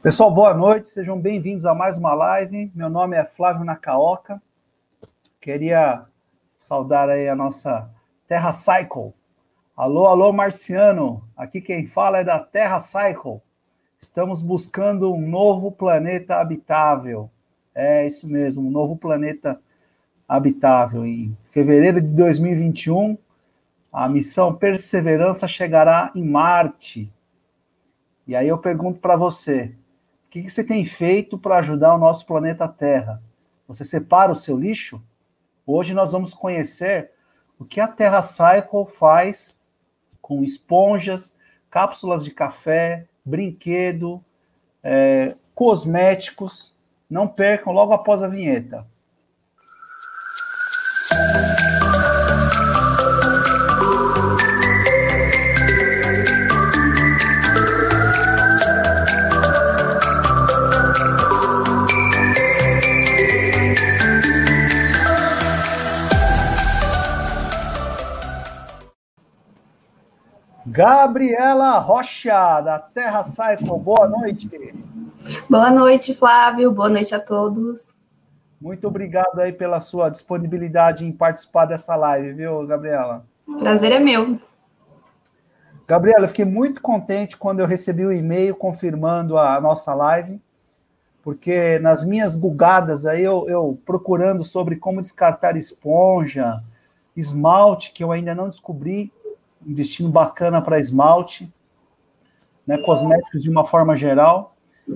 Pessoal, boa noite, sejam bem-vindos a mais uma live. Meu nome é Flávio Nakaoka. Queria saudar aí a nossa Terra Cycle. Alô, alô, Marciano. Aqui quem fala é da Terra Cycle. Estamos buscando um novo planeta habitável. É isso mesmo, um novo planeta habitável. Em fevereiro de 2021, a missão Perseverança chegará em Marte. E aí eu pergunto para você, o que você tem feito para ajudar o nosso planeta Terra? Você separa o seu lixo? Hoje nós vamos conhecer o que a Terra Cycle faz com esponjas, cápsulas de café, brinquedo, cosméticos. Não percam logo após a vinheta. Gabriela Rocha, da Terra Cycle, boa noite. Boa noite, Flávio, boa noite a todos. Muito obrigado aí pela sua disponibilidade em participar dessa live, viu, Gabriela? Prazer é meu. Gabriela, eu fiquei muito contente quando eu recebi o e-mail confirmando a nossa live, porque nas minhas bugadas aí, eu procurando sobre como descartar esponja, esmalte, que eu ainda não descobri, um destino bacana para esmalte, né, cosméticos de uma forma geral.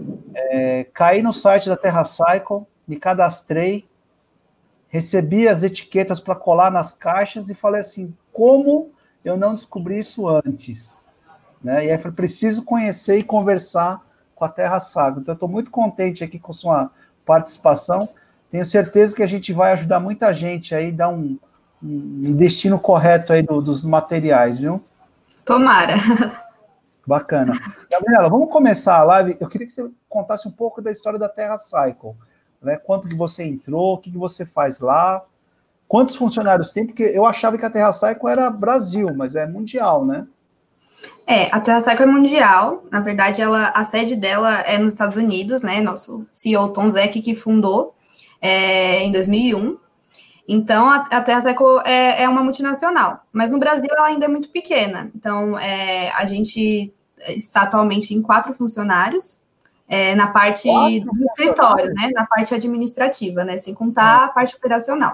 Caí no site da Terra Cycle, me cadastrei, recebi as etiquetas para colar nas caixas e falei assim, como eu não descobri isso antes? Né? E aí eu falei, preciso conhecer e conversar com a Terra Cycle. Então eu estou muito contente aqui com sua participação. Tenho certeza que a gente vai ajudar muita gente aí, dar um destino correto aí dos materiais, viu? Tomara. Bacana. Gabriela, vamos começar a live. Eu queria que você contasse um pouco da história da Terra Cycle. Né? Quanto que você entrou, o que você faz lá, quantos funcionários tem, porque eu achava que a Terra Cycle era Brasil, mas é mundial, né? A Terra Cycle é mundial. Na verdade, a sede dela é nos Estados Unidos, né? Nosso CEO Tom Zek que fundou em 2001. Então, a Terra Cycle é uma multinacional, mas no Brasil ela ainda é muito pequena. Então, a gente está atualmente em 4 funcionários, na parte do escritório, né, na parte administrativa, né, sem contar a parte operacional.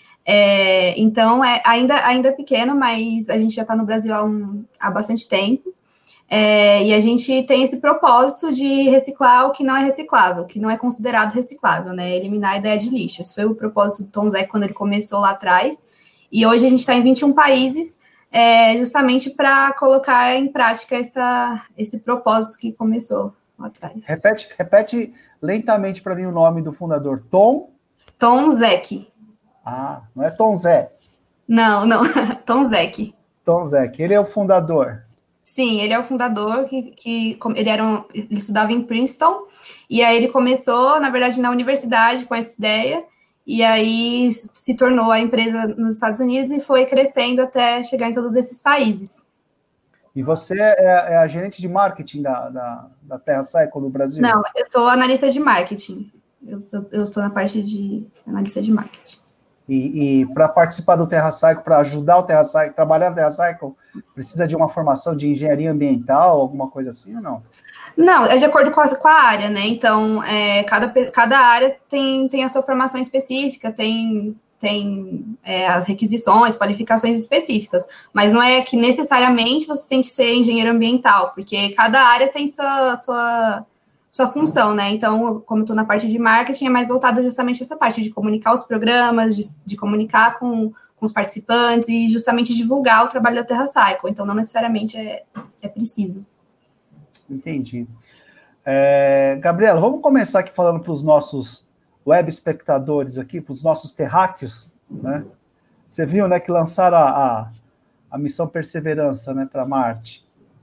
Então, ainda é pequeno, mas a gente já está no Brasil há bastante tempo. E a gente tem esse propósito de reciclar o que não é reciclável, o que não é considerado reciclável, né? Eliminar a ideia de lixo. Esse foi o propósito do Tom Zek quando ele começou lá atrás. E hoje a gente está em 21 países, justamente para colocar em prática esse propósito que começou lá atrás. Repete lentamente para mim o nome do fundador. Tom Zek. Ah, não é Tom Zé. Não, Tom Zek. Tom Zek, ele é o fundador. Sim, ele é o fundador, ele estudava em Princeton, e aí ele começou, na verdade, na universidade com essa ideia, e aí se tornou a empresa nos Estados Unidos e foi crescendo até chegar em todos esses países. E você é a gerente de marketing da Terra Cycle no Brasil? Não, eu sou analista de marketing. Eu estou na parte de analista de marketing. E para participar do Terra Cycle, para ajudar o Terra Cycle, trabalhar no Terra Cycle, precisa de uma formação de engenharia ambiental, alguma coisa assim ou não? Não, é de acordo com a área, né? Então, cada área tem a sua formação específica, tem as requisições, qualificações específicas, mas não é que necessariamente você tem que ser engenheiro ambiental, porque cada área tem sua função, né? Então, como eu estou na parte de marketing, é mais voltado justamente a essa parte de comunicar os programas, de comunicar com os participantes e justamente divulgar o trabalho da Terra Cycle. Então, não necessariamente é preciso. Entendi. Gabriela, vamos começar aqui falando para os nossos web espectadores aqui, para os nossos terráqueos, né? Você viu, né, que lançaram a missão Perseverança, né, para Marte.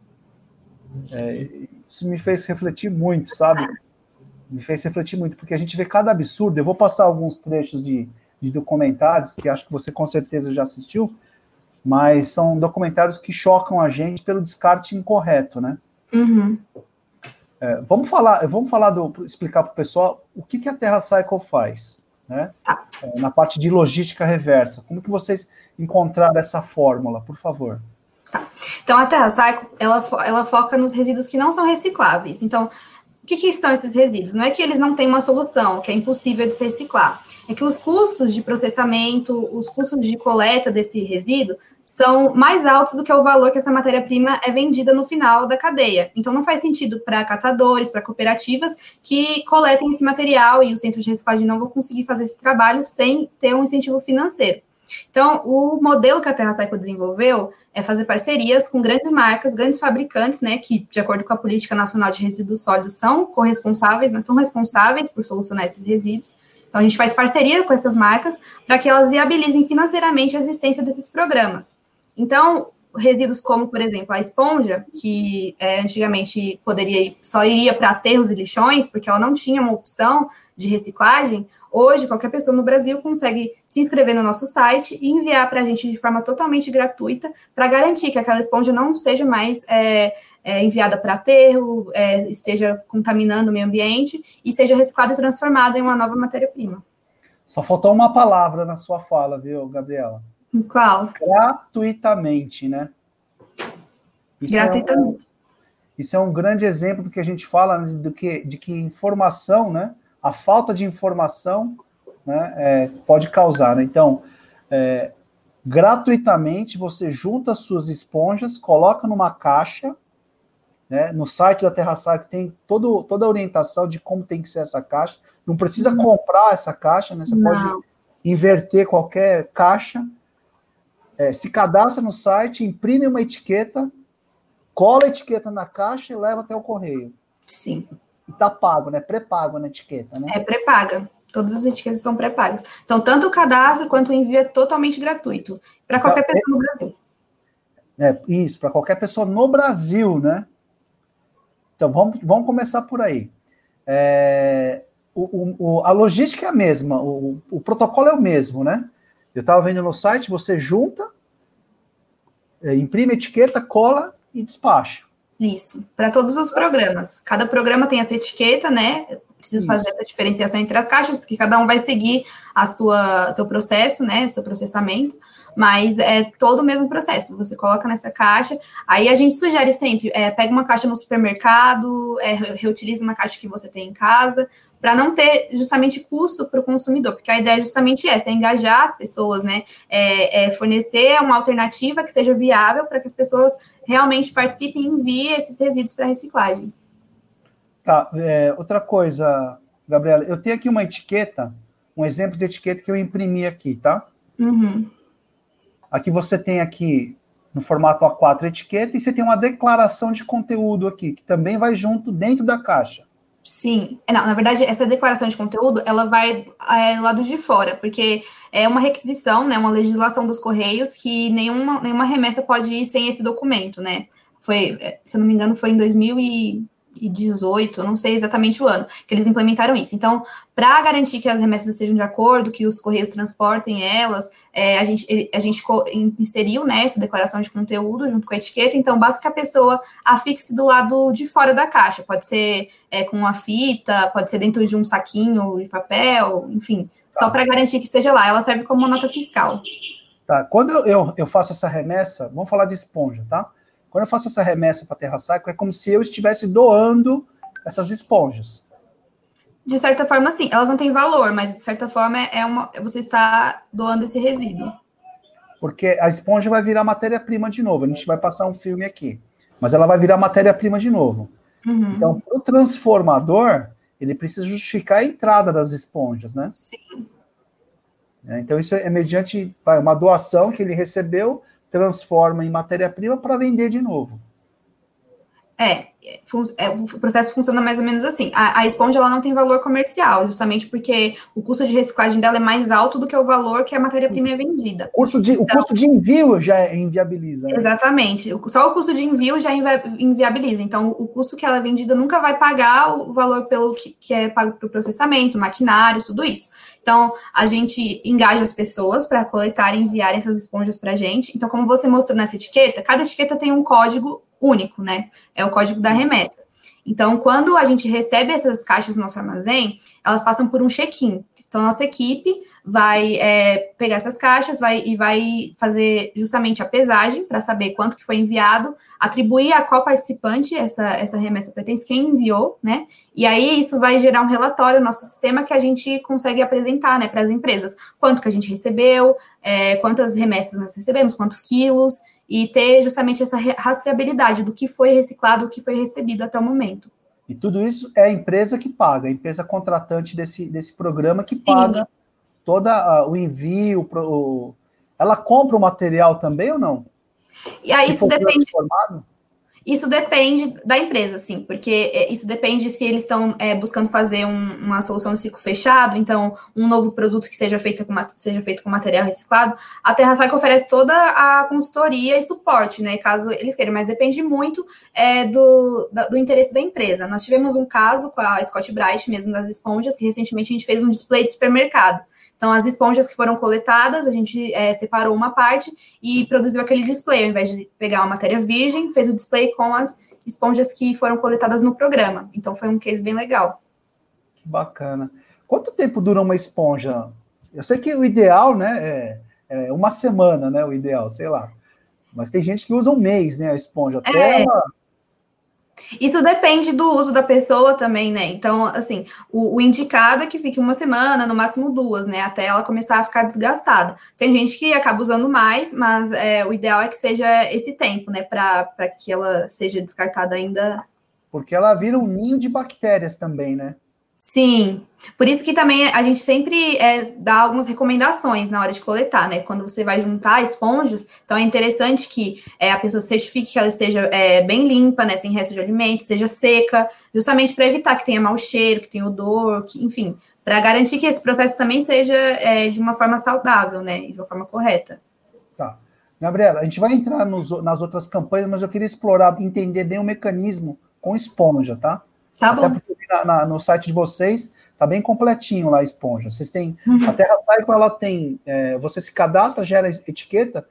Isso me fez refletir muito, sabe? Me fez refletir muito, porque a gente vê cada absurdo. Eu vou passar alguns trechos de documentários, que acho que você com certeza já assistiu, mas são documentários que chocam a gente pelo descarte incorreto, né? Uhum. explicar para o pessoal o que a TerraCycle faz, né? Tá. Na parte de logística reversa. Como que vocês encontraram essa fórmula, por favor? Tá. Então, a TerraCycle, ela foca nos resíduos que não são recicláveis. Então, o que são esses resíduos? Não é que eles não têm uma solução, que é impossível de se reciclar. É que os custos de processamento, os custos de coleta desse resíduo são mais altos do que o valor que essa matéria-prima é vendida no final da cadeia. Então, não faz sentido para catadores, para cooperativas que coletem esse material e os centros de reciclagem não vão conseguir fazer esse trabalho sem ter um incentivo financeiro. Então, o modelo que a TerraCycle desenvolveu é fazer parcerias com grandes marcas, grandes fabricantes, né, que, de acordo com a Política Nacional de Resíduos Sólidos, são corresponsáveis, né, são responsáveis por solucionar esses resíduos. Então, a gente faz parceria com essas marcas para que elas viabilizem financeiramente a existência desses programas. Então, resíduos como, por exemplo, a esponja, que antigamente só iria para aterros e lixões, porque ela não tinha uma opção de reciclagem. Hoje, qualquer pessoa no Brasil consegue se inscrever no nosso site e enviar para a gente de forma totalmente gratuita para garantir que aquela esponja não seja mais enviada para aterro, esteja contaminando o meio ambiente e seja reciclada e transformada em uma nova matéria-prima. Só faltou uma palavra na sua fala, viu, Gabriela? Qual? Gratuitamente, né? Gratuitamente. Isso é um grande exemplo do que a gente fala, de que informação, né? A falta de informação, né, pode causar, né? Então, gratuitamente, você junta as suas esponjas, coloca numa caixa, né? No site da TerraCycle tem toda a orientação de como tem que ser essa caixa. Não precisa comprar essa caixa, né? Você pode inverter qualquer caixa, se cadastra no site, imprime uma etiqueta, cola a etiqueta na caixa e leva até o correio. Sim. E tá pago, né? Pré-pago na etiqueta, né? É pré-paga. Todas as etiquetas são pré-pagas. Então, tanto o cadastro quanto o envio é totalmente gratuito. Para qualquer pessoa no Brasil. Isso, para qualquer pessoa no Brasil, né? Então, vamos começar por aí. A logística é a mesma, o protocolo é o mesmo, né? Eu estava vendo no site, você junta, imprime a etiqueta, cola e despacha. Isso, para todos os programas. Cada programa tem a sua etiqueta, né? Preciso fazer essa diferenciação entre as caixas, porque cada um vai seguir seu processo, né? Seu processamento, mas é todo o mesmo processo. Você coloca nessa caixa, aí a gente sugere sempre, pega uma caixa no supermercado, reutiliza uma caixa que você tem em casa, para não ter justamente custo para o consumidor, porque a ideia é justamente essa, é engajar as pessoas, né? Fornecer uma alternativa que seja viável para que as pessoas realmente participem e enviem esses resíduos para reciclagem. Tá, outra coisa, Gabriela, eu tenho aqui uma etiqueta, um exemplo de etiqueta que eu imprimi aqui, tá? Uhum. Aqui você tem aqui, no formato A4, a etiqueta, e você tem uma declaração de conteúdo aqui, que também vai junto dentro da caixa. Sim. Não, na verdade, essa declaração de conteúdo, ela vai do lado de fora, porque é uma requisição, né, uma legislação dos Correios que nenhuma remessa pode ir sem esse documento, né? Se eu não me engano, foi em 2018, não sei exatamente o ano, que eles implementaram isso. Então, para garantir que as remessas estejam de acordo, que os Correios transportem elas, a gente inseriu, né, essa declaração de conteúdo junto com a etiqueta, então basta que a pessoa afixe do lado de fora da caixa, pode ser com uma fita, pode ser dentro de um saquinho de papel, enfim, só para garantir que esteja lá. Ela serve como uma nota fiscal. Tá, quando eu faço essa remessa, vamos falar de esponja, tá? Quando eu faço essa remessa para a TerraCycle, é como se eu estivesse doando essas esponjas. De certa forma, sim. Elas não têm valor, mas de certa forma você está doando esse resíduo. Porque a esponja vai virar matéria-prima de novo. A gente vai passar um filme aqui. Mas ela vai virar matéria-prima de novo. Uhum. Então, o transformador, ele precisa justificar a entrada das esponjas, né? Sim. Então, isso é mediante uma doação que ele recebeu, transforma em matéria-prima para vender de novo. O processo funciona mais ou menos assim. A esponja ela não tem valor comercial, justamente porque o custo de reciclagem dela é mais alto do que o valor que a matéria-prima é vendida. O custo de envio já inviabiliza. Né? Exatamente. Só o custo de envio já inviabiliza. Então, o custo que ela é vendida nunca vai pagar o valor pelo que é pago para o processamento, maquinário, tudo isso. Então, a gente engaja as pessoas para coletar e enviar essas esponjas para a gente. Então, como você mostrou nessa etiqueta, cada etiqueta tem um código único, né? É o código da remessa. Então, quando a gente recebe essas caixas no nosso armazém, elas passam por um check-in. Então, nossa equipe vai pegar essas caixas e vai fazer justamente a pesagem para saber quanto que foi enviado, atribuir a qual participante essa remessa pertence, quem enviou, né? E aí isso vai gerar um relatório no nosso sistema que a gente consegue apresentar, né, para as empresas. Quanto que a gente recebeu, quantas remessas nós recebemos, quantos quilos, e ter justamente essa rastreabilidade do que foi reciclado, o que foi recebido até o momento. E tudo isso é a empresa que paga, a empresa contratante desse programa que Sim. paga todo o envio. Ela compra o material também ou não? E aí isso depende. Isso depende da empresa, sim, porque isso depende se eles estão buscando fazer uma solução de ciclo fechado, então um novo produto que seja feito com material reciclado. A TerraCycle oferece toda a consultoria e suporte, né, caso eles queiram, mas depende muito do interesse da empresa. Nós tivemos um caso com a Scott Bright, mesmo das esponjas, que recentemente a gente fez um display de supermercado. Então, as esponjas que foram coletadas, a gente separou uma parte e produziu aquele display. Ao invés de pegar uma matéria virgem, fez o display com as esponjas que foram coletadas no programa. Então, foi um case bem legal. Que bacana. Quanto tempo dura uma esponja? Eu sei que o ideal, né, é uma semana, né, o ideal, sei lá. Mas tem gente que usa um mês, né, a esponja. Até ela... Isso depende do uso da pessoa também, né? Então, assim, o indicado é que fique uma semana, no máximo 2, né? Até ela começar a ficar desgastada. Tem gente que acaba usando mais, mas o ideal é que seja esse tempo, né? Para que ela seja descartada ainda. Porque ela vira um ninho de bactérias também, né? Sim, por isso que também a gente sempre dá algumas recomendações na hora de coletar, né? Quando você vai juntar esponjas, então é interessante que a pessoa certifique que ela esteja bem limpa, né? Sem resto de alimentos, seja seca, justamente para evitar que tenha mau cheiro, que tenha odor, enfim, para garantir que esse processo também seja de uma forma saudável, né? De uma forma correta. Tá. Gabriela, a gente vai entrar nas outras campanhas, mas eu queria explorar, entender bem o mecanismo com esponja, tá? Tá Até bom. porque no site de vocês tá bem completinho lá a esponja. Vocês têm a TerraCycle, ela tem, você se cadastra, gera etiqueta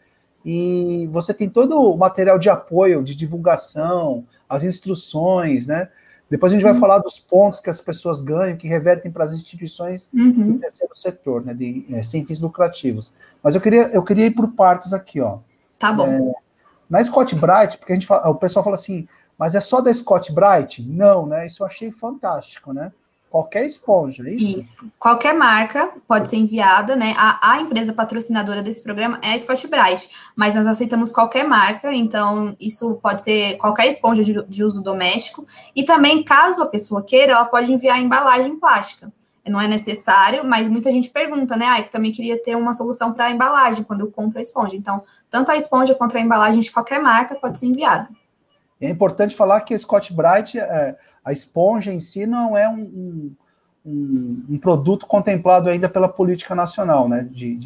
e você tem todo o material de apoio, de divulgação, as instruções, né? Depois a gente vai falar dos pontos que as pessoas ganham, que revertem para as instituições do terceiro setor, né, sem fins lucrativos. Mas eu queria ir por partes aqui, ó. Tá bom. Na Scott Bright, porque o pessoal fala assim, mas é só da Scott Bright? Não, né? Isso eu achei fantástico, né? Qualquer esponja, é isso? Isso. Qualquer marca pode ser enviada, né? A empresa patrocinadora desse programa é a Scott Bright, mas nós aceitamos qualquer marca, então isso pode ser qualquer esponja de uso doméstico. E também, caso a pessoa queira, ela pode enviar embalagem plástica. Não é necessário, mas muita gente pergunta, né? Que também queria ter uma solução para a embalagem quando eu compro a esponja. Então, tanto a esponja quanto a embalagem de qualquer marca pode ser enviada. É importante falar que a Scott Bright, a esponja em si, não é um produto contemplado ainda pela política nacional, né?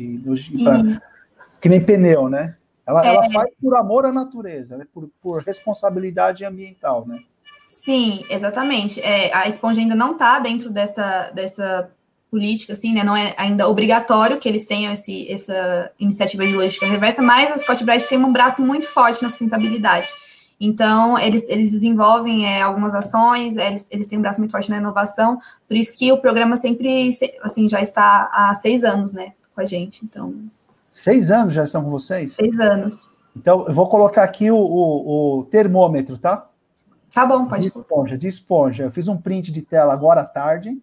Que nem pneu, né? Ela faz por amor à natureza, né? por responsabilidade ambiental, né? Sim, exatamente. A esponja ainda não está dentro dessa política, assim, né? Não é ainda obrigatório que eles tenham essa iniciativa de logística reversa, mas a Scott Bright tem um braço muito forte na sustentabilidade. Então, eles desenvolvem algumas ações, eles têm um braço muito forte na inovação, por isso que o programa sempre, assim, já está há 6 anos, né, com a gente, então... 6 anos já estão com vocês? 6 anos. Então, eu vou colocar aqui o termômetro, tá? Tá bom, pode colocar. De esponja. Eu fiz um print de tela agora à tarde.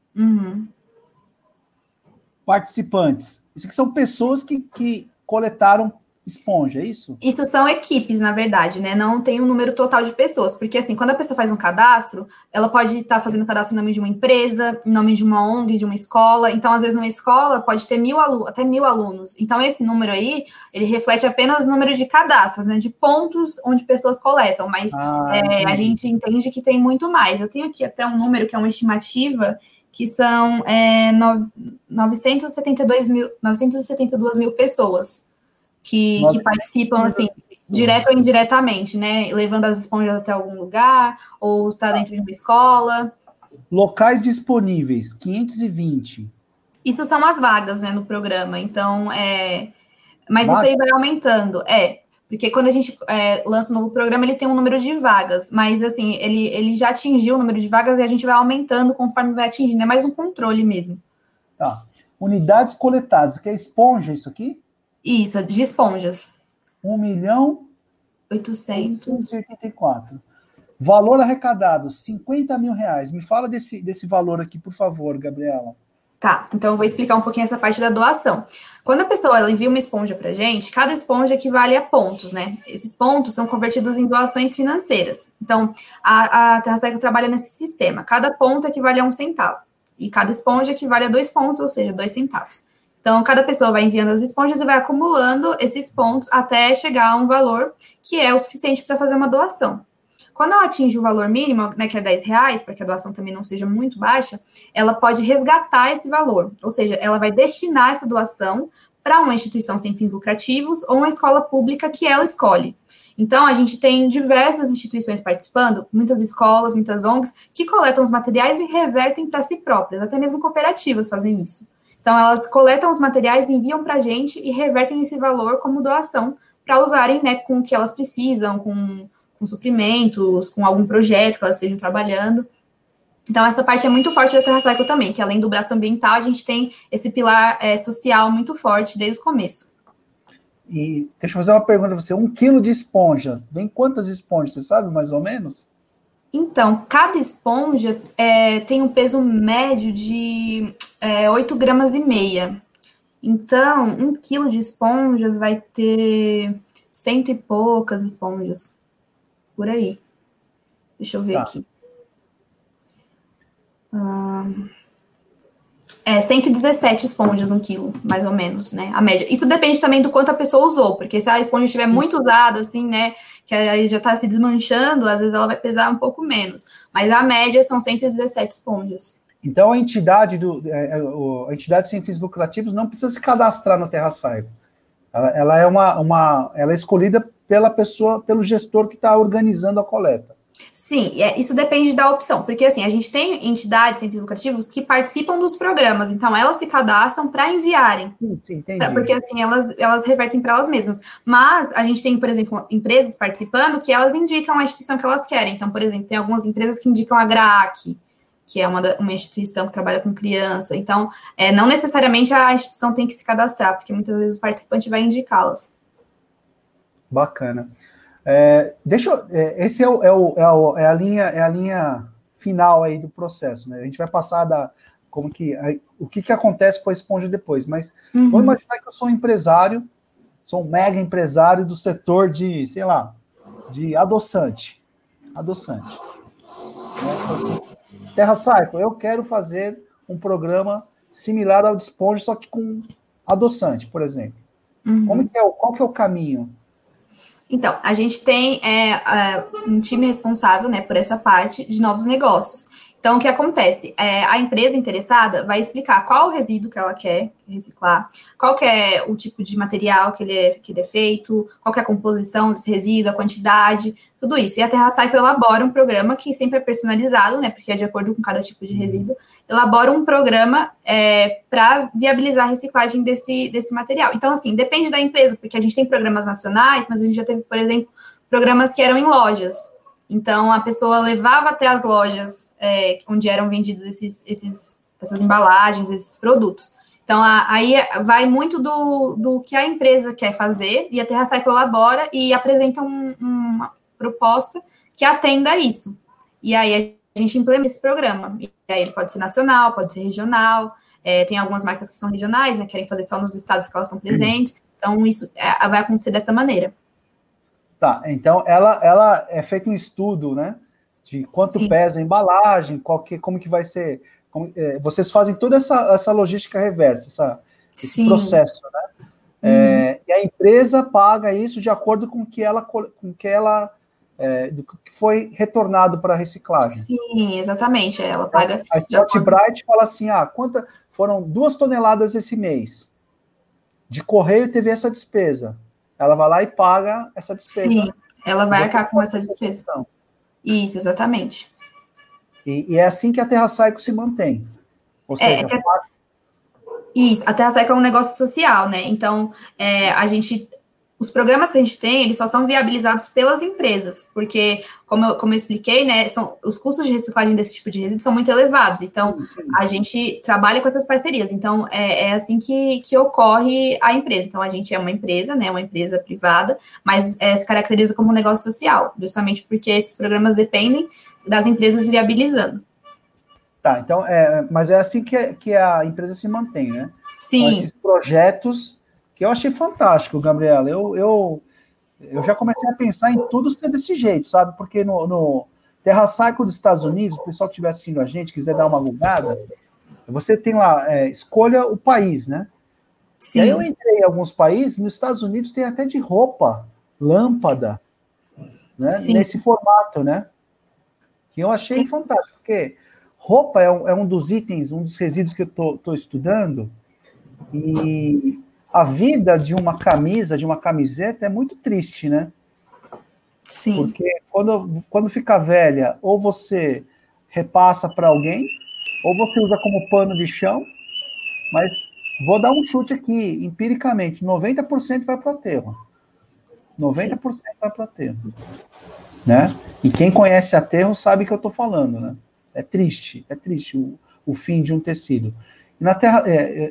Participantes. Isso aqui são pessoas que coletaram esponja, é isso? Isso são equipes, na verdade, né? Não tem um número total de pessoas, porque assim, quando a pessoa faz um cadastro, ela pode estar fazendo cadastro em nome de uma empresa, em nome de uma ONG, de uma escola. Então, às vezes, numa escola pode ter até 1.000 alunos. Então, esse número aí, ele reflete apenas o número de cadastros, né? De pontos onde pessoas coletam, mas a gente entende que tem muito mais. Eu tenho aqui até um número que é uma estimativa, que são 972 mil pessoas que participam, assim, direto ou indiretamente, né? Levando as esponjas até algum lugar, ou está dentro de uma escola. Locais disponíveis, 520. Isso são as vagas, né, no programa. Então, mas isso aí vai aumentando. Porque quando a gente lança um novo programa, ele tem um número de vagas, mas assim, ele já atingiu o número de vagas e a gente vai aumentando conforme vai atingindo, é mais um controle mesmo. Tá. Unidades coletadas, que é esponja isso aqui? Isso, de esponjas. 1.884. Valor arrecadado, 50 mil reais. Me fala desse valor aqui, por favor, Gabriela. Tá, então eu vou explicar um pouquinho essa parte da doação. Quando a pessoa ela envia uma esponja pra gente, cada esponja equivale a pontos, né? Esses pontos são convertidos em doações financeiras. Então, a TerraCycle trabalha nesse sistema. Cada ponto equivale a 1 centavo. E cada esponja equivale a 2 pontos, ou seja, 2 centavos. Então, cada pessoa vai enviando as esponjas e vai acumulando esses pontos até chegar a um valor que é o suficiente para fazer uma doação. Quando ela atinge o valor mínimo, né, que é R$10, para que a doação também não seja muito baixa, ela pode resgatar esse valor. Ou seja, ela vai destinar essa doação para uma instituição sem fins lucrativos ou uma escola pública que ela escolhe. Então, a gente tem diversas instituições participando, muitas escolas, muitas ONGs, que coletam os materiais e revertem para si próprias. Até mesmo cooperativas fazem isso. Então, elas coletam os materiais, enviam para a gente e revertem esse valor como doação para usarem, né, com o que elas precisam, com suprimentos, com algum projeto que elas estejam trabalhando. Então, essa parte é muito forte da TerraCycle também, que além do braço ambiental, a gente tem esse pilar social muito forte desde o começo. E deixa eu fazer uma pergunta para você. 1 quilo de esponja, vem quantas esponjas? Você sabe, mais ou menos? Então, cada esponja tem um peso médio de 8,5 gramas. Então, 1 quilo de esponjas vai ter 100 e poucas esponjas. Por aí. Deixa eu ver aqui. 117 esponjas 1 quilo, mais ou menos, né? A média. Isso depende também do quanto a pessoa usou, porque se a esponja estiver muito usada, assim, né? Que aí já tá se desmanchando, às vezes ela vai pesar um pouco menos. Mas a média são 117 esponjas. Então a entidade a entidade sem fins lucrativos não precisa se cadastrar no TerraCycle. Ela é ela é escolhida pela pessoa, pelo gestor que está organizando a coleta. Sim, isso depende da opção, porque assim, a gente tem entidades sem fins lucrativos que participam dos programas, então elas se cadastram para enviarem. Sim, entendi. Porque assim, elas revertem para elas mesmas. Mas a gente tem, por exemplo, empresas participando que elas indicam a instituição que elas querem. Então, por exemplo, tem algumas empresas que indicam a GRAAC, que é uma instituição que trabalha com criança. Então, não necessariamente a instituição tem que se cadastrar, porque muitas vezes o participante vai indicá-las. Bacana. Esse é a linha final aí do processo, né? A gente vai passar o que acontece com a esponja depois, mas vou imaginar que eu sou um empresário, sou um mega empresário do setor de, sei lá, de adoçante. TerraCycle, eu quero fazer um programa similar ao de esponja, só que com adoçante, por exemplo. Qual que é o caminho? Então, a gente tem um time responsável, né, por essa parte de novos negócios. Então, o que acontece? A empresa interessada vai explicar qual o resíduo que ela quer reciclar, qual que é o tipo de material que ele é feito, qual que é a composição desse resíduo, a quantidade, tudo isso. E a TerraCycle elabora um programa que sempre é personalizado, né, porque é de acordo com cada tipo de resíduo, elabora um programa para viabilizar a reciclagem desse material. Então, assim, depende da empresa, porque a gente tem programas nacionais, mas a gente já teve, por exemplo, programas que eram em lojas. Então, a pessoa levava até as lojas onde eram vendidos essas embalagens, esses produtos. Então, aí vai muito do que a empresa quer fazer, e a TerraCycle elabora e apresenta uma proposta que atenda a isso. E aí a gente implementa esse programa. E aí ele pode ser nacional, pode ser regional, tem algumas marcas que são regionais, né, querem fazer só nos estados que elas estão presentes. Então, isso vai acontecer dessa maneira. Tá, então ela é feito um estudo, né? De quanto Sim. pesa a embalagem, como que vai ser. Vocês fazem toda essa logística reversa, esse processo, né? E a empresa paga isso de acordo com do que foi retornado para a reciclagem. Sim, exatamente. Ela paga. A Spotbright fala assim: foram 2 toneladas esse mês. De correio teve essa despesa. Ela vai lá e paga essa despesa. Sim, ela vai arcar com essa despesa. Isso, exatamente. E é assim que a TerraCycle se mantém. Ou seja, isso, a TerraCycle é um negócio social, né? Então, os programas que a gente tem, eles só são viabilizados pelas empresas, porque, como eu expliquei, né, os custos de reciclagem desse tipo de resíduo são muito elevados, então a gente trabalha com essas parcerias, então é assim que ocorre a empresa. Então a gente é uma empresa, né, uma empresa privada, mas se caracteriza como um negócio social, justamente porque esses programas dependem das empresas viabilizando. Tá, então, mas é assim que a empresa se mantém, né? Sim. Com esses projetos que eu achei fantástico, Gabriela. Eu já comecei a pensar em tudo ser desse jeito, sabe? Porque no TerraCycle dos Estados Unidos, o pessoal que estiver assistindo a gente, quiser dar uma bugada, você tem lá, escolha o país, né? Sim. E aí eu entrei em alguns países, nos Estados Unidos tem até de roupa, lâmpada, né? Nesse formato, né? Que eu achei fantástico, porque roupa é um dos itens, um dos resíduos que eu estou estudando, e a vida de uma camisa, de uma camiseta, é muito triste, né? Sim. Porque quando fica velha, ou você repassa para alguém, ou você usa como pano de chão, mas vou dar um chute aqui, empiricamente, 90% vai para o aterro. 90% vai para o aterro. Né? E quem conhece aterro sabe que eu estou falando, né? É triste o fim de um tecido. E na Terra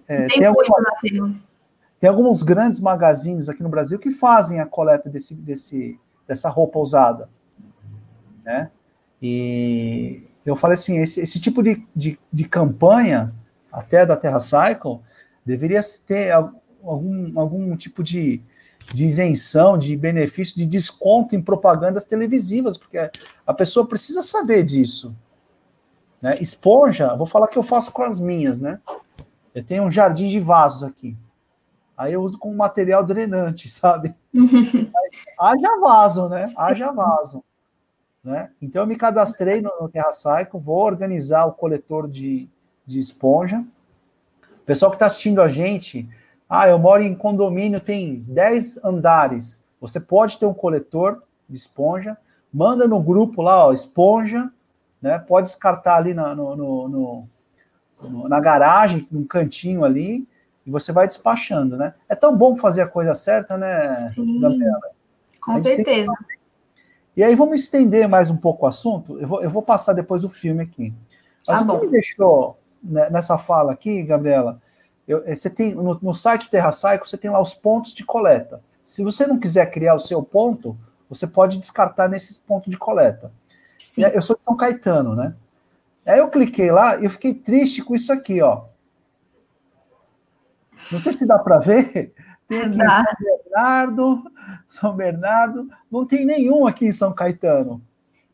tem alguns grandes magazines aqui no Brasil que fazem a coleta dessa roupa usada, né? E eu falei assim, esse tipo de campanha, até da TerraCycle, deveria ter algum tipo de isenção, de benefício, de desconto em propagandas televisivas, porque a pessoa precisa saber disso. Né? Esponja, vou falar que eu faço com as minhas, né? Eu tenho um jardim de vasos aqui. Aí eu uso como material drenante, sabe? Haja vaso, né? Haja vaso. Né? Então eu me cadastrei no TerraCycle, vou organizar o coletor de esponja. O pessoal que está assistindo a gente, eu moro em condomínio, tem 10 andares. Você pode ter um coletor de esponja, manda no grupo lá, ó, esponja, né? Pode descartar ali na garagem, num cantinho ali, e você vai despachando, né? É tão bom fazer a coisa certa, né, Gabriela? Com certeza. E aí vamos estender mais um pouco o assunto. Eu vou passar depois o filme aqui. Mas o que me deixou nessa fala aqui, Gabriela, você tem no site do TerraCycle, você tem lá os pontos de coleta. Se você não quiser criar o seu ponto, você pode descartar nesses pontos de coleta. Sim. Eu sou de São Caetano, né? Aí eu cliquei lá e eu fiquei triste com isso aqui, ó. Não sei se dá para ver. Tem aqui São Bernardo. Não tem nenhum aqui em São Caetano.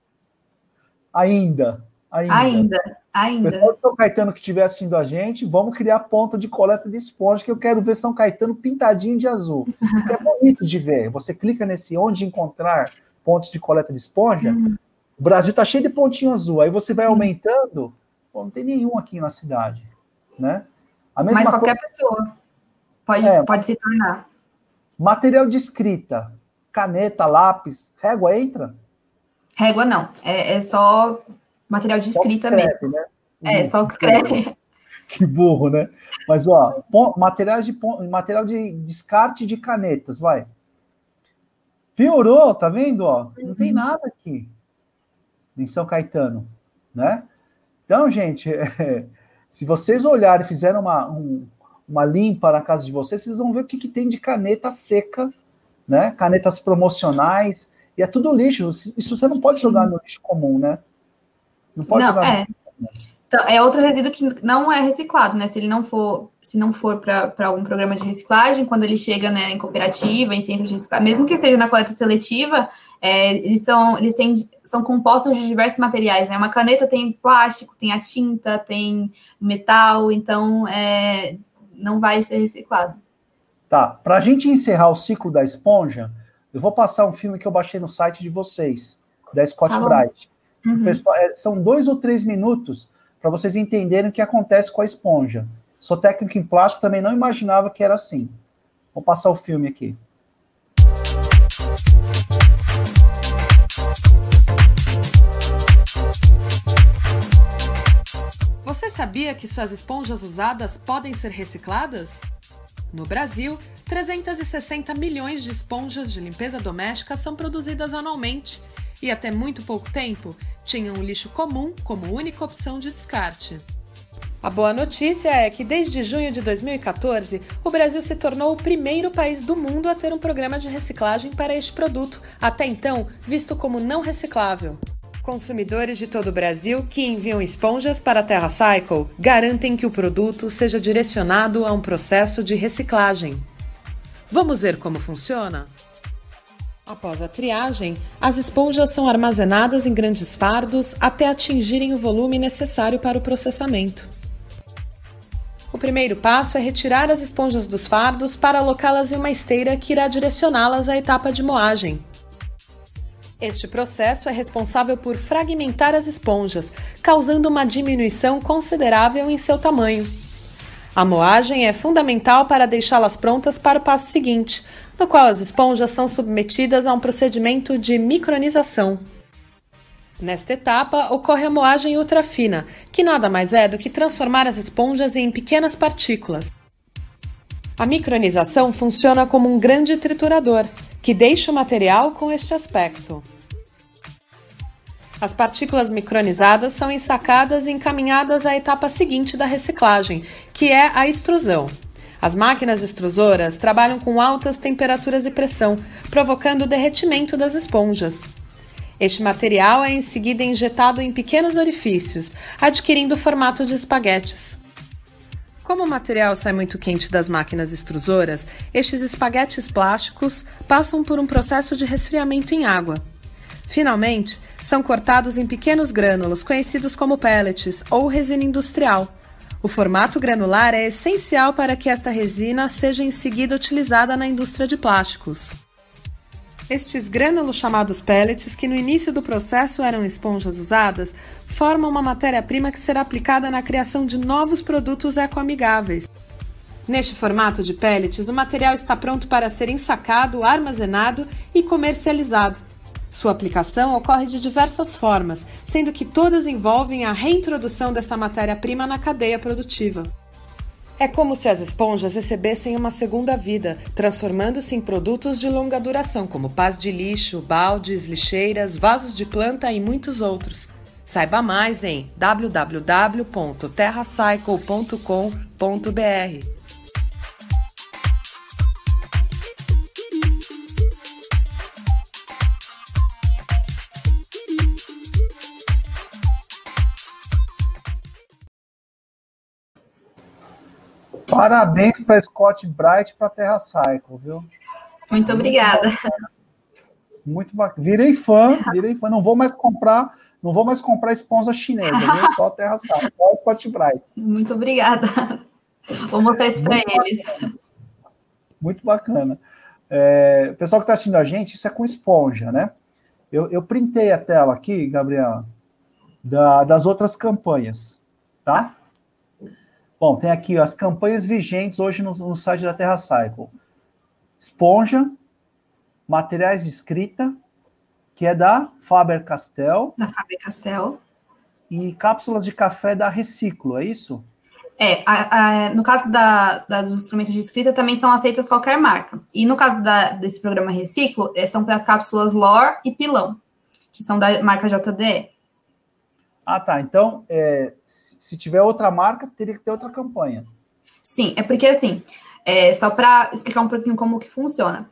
Ainda. O pessoal de São Caetano que estiver assistindo a gente, vamos criar ponto de coleta de esponja, que eu quero ver São Caetano pintadinho de azul. Que é bonito de ver. Você clica nesse onde encontrar pontos de coleta de esponja, o Brasil está cheio de pontinho azul. Aí você vai aumentando, não tem nenhum aqui na cidade. Né? Mas qualquer pessoa pode se tornar. Material de escrita, caneta, lápis, régua entra? Régua não, é só material de escrita mesmo. Né? Só o que escreve. Que burro, né? Mas, ó, material de descarte de canetas, vai. Piorou, tá vendo? Ó? Não tem nada aqui em São Caetano, né? Então, gente, se vocês olharem e fizerem uma limpa na casa de vocês, vocês vão ver o que tem de caneta seca, né? Canetas promocionais, e é tudo lixo. Isso você não pode jogar no lixo comum, né? Não pode jogar no lixo comum. Então, é outro resíduo que não é reciclado, né? Se não for para algum programa de reciclagem, quando ele chega, né, em cooperativa, em centro de reciclagem, mesmo que seja na coleta seletiva, eles são compostos de diversos materiais, né? Uma caneta tem plástico, tem a tinta, tem metal, então não vai ser reciclado. Tá, para a gente encerrar o ciclo da esponja, eu vou passar um filme que eu baixei no site de vocês, da Scott Bright. Pessoal, são 2 ou 3 minutos para vocês entenderem o que acontece com a esponja. Sou técnico em plástico, também não imaginava que era assim. Vou passar o filme aqui. Você sabia que suas esponjas usadas podem ser recicladas? No Brasil, 360 milhões de esponjas de limpeza doméstica são produzidas anualmente e até muito pouco tempo tinham o lixo comum como única opção de descarte. A boa notícia é que desde junho de 2014, o Brasil se tornou o primeiro país do mundo a ter um programa de reciclagem para este produto, até então visto como não reciclável. Consumidores de todo o Brasil que enviam esponjas para a TerraCycle garantem que o produto seja direcionado a um processo de reciclagem. Vamos ver como funciona? Após a triagem, as esponjas são armazenadas em grandes fardos até atingirem o volume necessário para o processamento. O primeiro passo é retirar as esponjas dos fardos para alocá-las em uma esteira que irá direcioná-las à etapa de moagem. Este processo é responsável por fragmentar as esponjas, causando uma diminuição considerável em seu tamanho. A moagem é fundamental para deixá-las prontas para o passo seguinte, no qual as esponjas são submetidas a um procedimento de micronização. Nesta etapa, ocorre a moagem ultrafina, que nada mais é do que transformar as esponjas em pequenas partículas. A micronização funciona como um grande triturador, que deixa o material com este aspecto. As partículas micronizadas são ensacadas e encaminhadas à etapa seguinte da reciclagem, que é a extrusão. As máquinas extrusoras trabalham com altas temperaturas e pressão, provocando o derretimento das esponjas. Este material é em seguida injetado em pequenos orifícios, adquirindo o formato de espaguetes. Como o material sai muito quente das máquinas extrusoras, estes espaguetes plásticos passam por um processo de resfriamento em água. Finalmente, são cortados em pequenos grânulos, conhecidos como pellets ou resina industrial. O formato granular é essencial para que esta resina seja em seguida utilizada na indústria de plásticos. Estes grânulos chamados pellets, que no início do processo eram esponjas usadas, formam uma matéria-prima que será aplicada na criação de novos produtos ecoamigáveis. Neste formato de pellets, o material está pronto para ser ensacado, armazenado e comercializado. Sua aplicação ocorre de diversas formas, sendo que todas envolvem a reintrodução dessa matéria-prima na cadeia produtiva. É como se as esponjas recebessem uma segunda vida, transformando-se em produtos de longa duração, como pás de lixo, baldes, lixeiras, vasos de planta e muitos outros. Saiba mais em www.terracycle.com.br. Parabéns para Scott Bright e para a TerraCycle, viu? Muito obrigada. Muito bacana. Virei fã. Não vou mais comprar esponja chinesa, viu? Só a TerraCycle, só o Scott Bright. Muito obrigada. Vou mostrar isso para eles. Muito bacana. O pessoal que está assistindo a gente, isso é com esponja, né? Eu printei a tela aqui, Gabriela, das outras campanhas, tá? Bom, tem aqui as campanhas vigentes hoje no site da TerraCycle. Esponja, materiais de escrita, que é da Faber-Castell. Da Faber-Castell. E cápsulas de café da Reciclo, é isso? No caso dos instrumentos de escrita, também são aceitas qualquer marca. E no caso desse programa Reciclo, são para as cápsulas LOR e Pilão, que são da marca JDE. Ah, tá. Então, se tiver outra marca, teria que ter outra campanha. Sim, é porque assim, só para explicar um pouquinho como que funciona.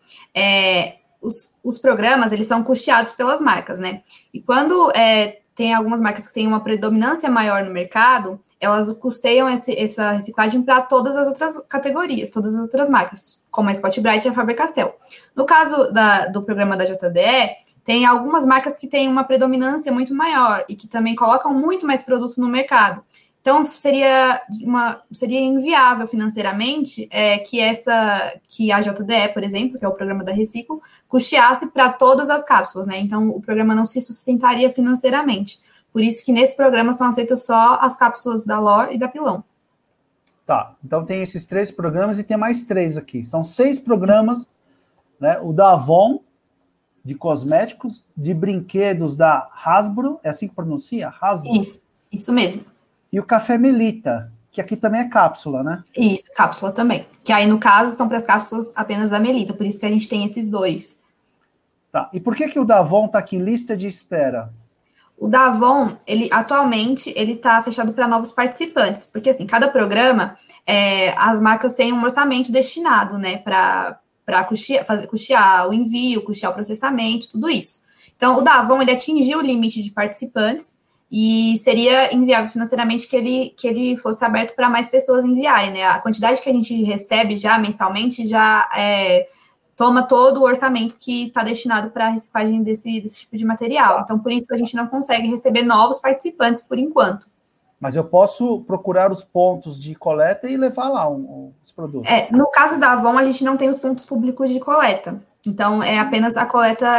Os programas, eles são custeados pelas marcas, né? E quando tem algumas marcas que têm uma predominância maior no mercado, elas custeiam essa reciclagem para todas as outras categorias, todas as outras marcas, como a Scott Bright e a Faber-Castell. No caso do programa da JDE, tem algumas marcas que têm uma predominância muito maior e que também colocam muito mais produto no mercado. Então, seria inviável financeiramente que a JDE, por exemplo, que é o programa da Reciclo, custeasse para todas as cápsulas, né? Então, o programa não se sustentaria financeiramente. Por isso que nesse programa são aceitas só as cápsulas da LOR e da Pilão. Tá, então tem esses 3 programas e tem mais 3 aqui. São 6 programas, né? O da Avon, de cosméticos, de brinquedos da Hasbro, é assim que pronuncia? Hasbro? Isso mesmo. E o Café Melita, que aqui também é cápsula, né? Isso, cápsula também. Que aí, no caso, são para as cápsulas apenas da Melita, por isso que a gente tem esses dois. Tá. E por que o da Avon está aqui em lista de espera? O da Avon, atualmente, ele está fechado para novos participantes, porque, assim, cada programa, as marcas têm um orçamento destinado, né, para custear o envio, custear o processamento, tudo isso. Então, o da Avon, ele atingiu o limite de participantes e seria inviável financeiramente que ele fosse aberto para mais pessoas enviarem, né? A quantidade que a gente recebe já mensalmente já toma todo o orçamento que está destinado para a reciclagem desse tipo de material. Então, por isso, a gente não consegue receber novos participantes por enquanto. Mas eu posso procurar os pontos de coleta e levar lá os produtos. No caso da Avon, a gente não tem os pontos públicos de coleta. Então, é apenas a coleta,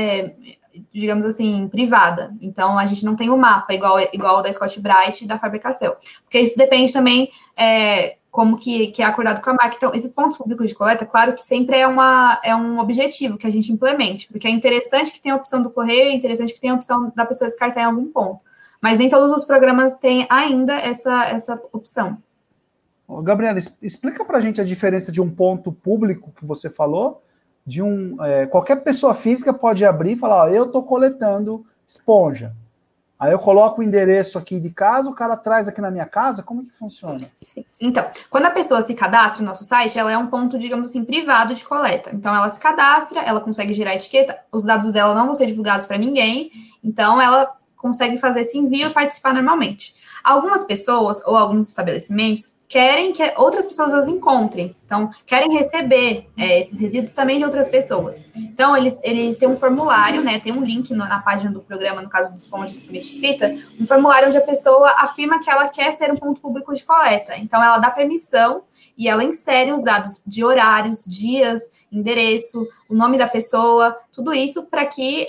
digamos assim, privada. Então, a gente não tem o mapa igual o da Scott Bright e da Faber-Castell. Porque isso depende também como que é acordado com a marca. Então, esses pontos públicos de coleta, claro que sempre é um objetivo que a gente implemente, porque é interessante que tenha a opção do correio, é interessante que tenha a opção da pessoa descartar em algum ponto. Mas nem todos os programas têm ainda essa opção. Gabriela, explica para a gente a diferença de um ponto público que você falou, de qualquer pessoa física pode abrir e falar, eu estou coletando esponja. Aí eu coloco o endereço aqui de casa, o cara traz aqui na minha casa, como que funciona? Sim. Então, quando a pessoa se cadastra no nosso site, ela é um ponto, digamos assim, privado de coleta. Então, ela se cadastra, ela consegue gerar etiqueta, os dados dela não vão ser divulgados para ninguém, então ela consegue fazer esse envio e participar normalmente. Algumas pessoas ou alguns estabelecimentos querem que outras pessoas as encontrem. Então, querem receber esses resíduos também de outras pessoas. Então, eles têm um formulário, né? Tem um link na página do programa, no caso do Esponja de Instrumento de Escrita, um formulário onde a pessoa afirma que ela quer ser um ponto público de coleta. Então, ela dá permissão e ela insere os dados de horários, dias, endereço, o nome da pessoa, tudo isso para que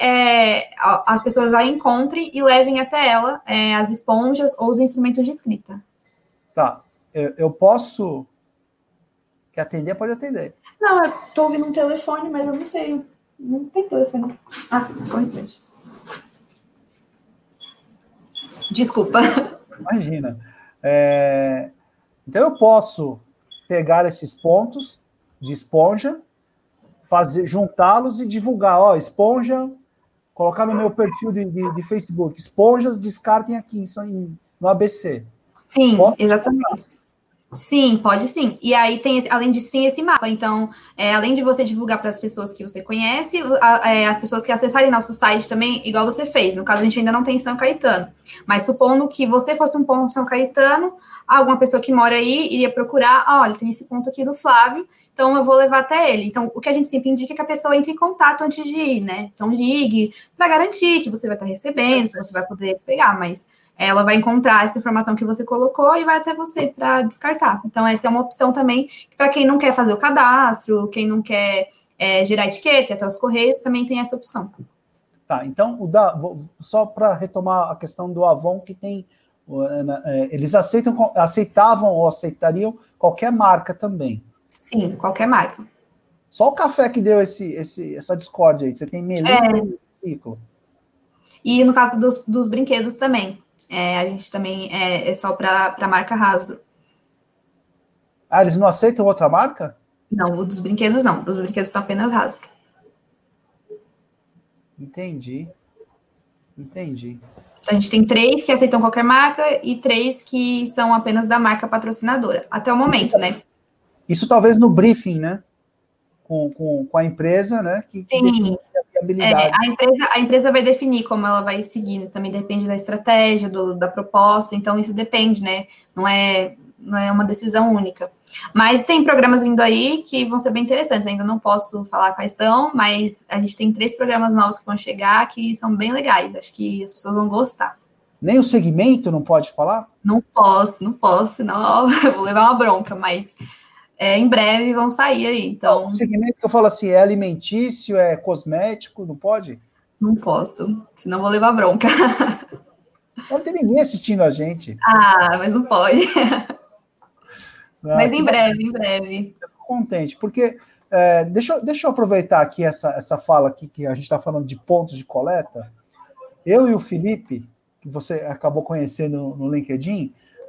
as pessoas a encontrem e levem até ela as esponjas ou os instrumentos de escrita. Tá. Eu posso... Quer atender? Pode atender. Não, eu tô ouvindo um telefone, mas eu não sei. Não tem telefone. Ah, só um instante. Desculpa. Imagina. Então, eu posso pegar esses pontos de esponja, juntá-los e divulgar. Esponja, colocar no meu perfil de Facebook. Esponjas descartem aqui no ABC. Sim, exatamente. Sim, pode sim. E aí, além disso, tem esse mapa. Então, além de você divulgar para as pessoas que você conhece, as pessoas que acessarem nosso site também, igual você fez. No caso, a gente ainda não tem São Caetano. Mas supondo que você fosse um ponto São Caetano, alguma pessoa que mora aí iria procurar, olha, tem esse ponto aqui do Flávio, então eu vou levar até ele. Então, o que a gente sempre indica é que a pessoa entre em contato antes de ir, né? Então, ligue para garantir que você vai estar recebendo, que você vai poder pegar, mas ela vai encontrar essa informação que você colocou e vai até você para descartar. Então, essa é uma opção também para quem não quer fazer o cadastro, quem não quer gerar etiqueta, até os correios, também tem essa opção. Tá, então, só para retomar a questão do Avon, que tem... eles aceitavam ou aceitariam qualquer marca também. Sim, qualquer marca. Só o café que deu essa discórdia aí. Você tem Melita e Ciclo. E no caso dos brinquedos também. A gente também é só para a marca Hasbro. Ah, eles não aceitam outra marca? Não, o dos brinquedos não. Os brinquedos são apenas Hasbro. Entendi. A gente tem 3 que aceitam qualquer marca e 3 que são apenas da marca patrocinadora. Até o momento, né? Isso talvez no briefing, né? Com a empresa, né? Que Sim. A viabilidade. A empresa vai definir como ela vai seguir, né? Também depende da estratégia, da proposta, então isso depende, né? Não é uma decisão única. Mas tem programas vindo aí que vão ser bem interessantes, ainda não posso falar quais são, mas a gente tem 3 programas novos que vão chegar que são bem legais, acho que as pessoas vão gostar. Nem o segmento não pode falar? Não posso, senão eu vou levar uma bronca, mas... em breve vão sair aí, então... O segmento que eu falo assim, é alimentício, é cosmético, não pode? Não posso, senão eu vou levar bronca. Não tem ninguém assistindo a gente. Ah, mas não pode. Mas em breve. Eu fico contente, porque... deixa eu aproveitar aqui essa fala aqui, que a gente está falando de pontos de coleta. Eu e o Felipe, que você acabou conhecendo no LinkedIn,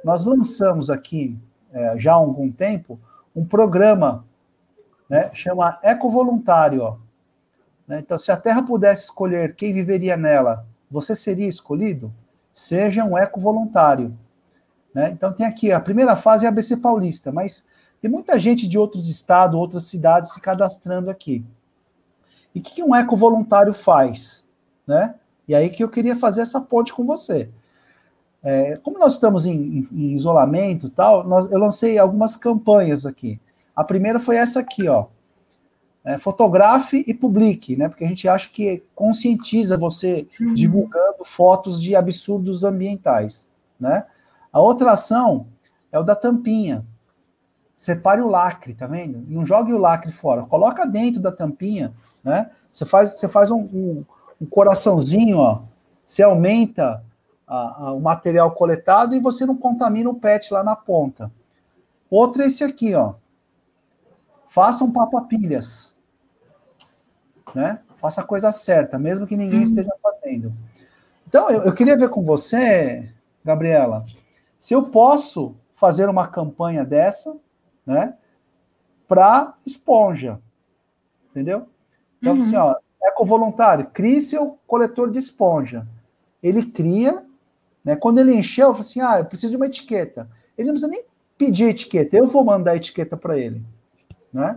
nós lançamos aqui, já há algum tempo, um programa, né, chama Ecovoluntário, ó. Né? Então, se a Terra pudesse escolher quem viveria nela, você seria escolhido? Seja um ecovoluntário. Né? Então, tem aqui, a primeira fase é a ABC Paulista, mas tem muita gente de outros estados, outras cidades se cadastrando aqui. E o que um ecovoluntário faz? Né? E aí que eu queria fazer essa ponte com você. Como nós estamos em isolamento e tal, eu lancei algumas campanhas aqui. A primeira foi essa aqui, ó. Fotografe e publique, né? Porque a gente acha que conscientiza você divulgando fotos de absurdos ambientais, né? A outra ação é o da tampinha. Separe o lacre, tá vendo? Não jogue o lacre fora, coloca dentro da tampinha, né? Você faz um coraçãozinho, ó. Você aumenta o material coletado e você não contamina o PET lá na ponta. Outro é esse aqui, ó. Faça um papapilhas, né? Faça a coisa certa, mesmo que ninguém esteja fazendo. Então, eu queria ver com você, Gabriela, se eu posso fazer uma campanha dessa, né, para esponja, entendeu? Então, assim, ó, ecovoluntário, crie seu coletor de esponja. Ele cria, né, quando ele encheu, eu falei assim, eu preciso de uma etiqueta. Ele não precisa nem pedir a etiqueta, eu vou mandar a etiqueta para ele. Né?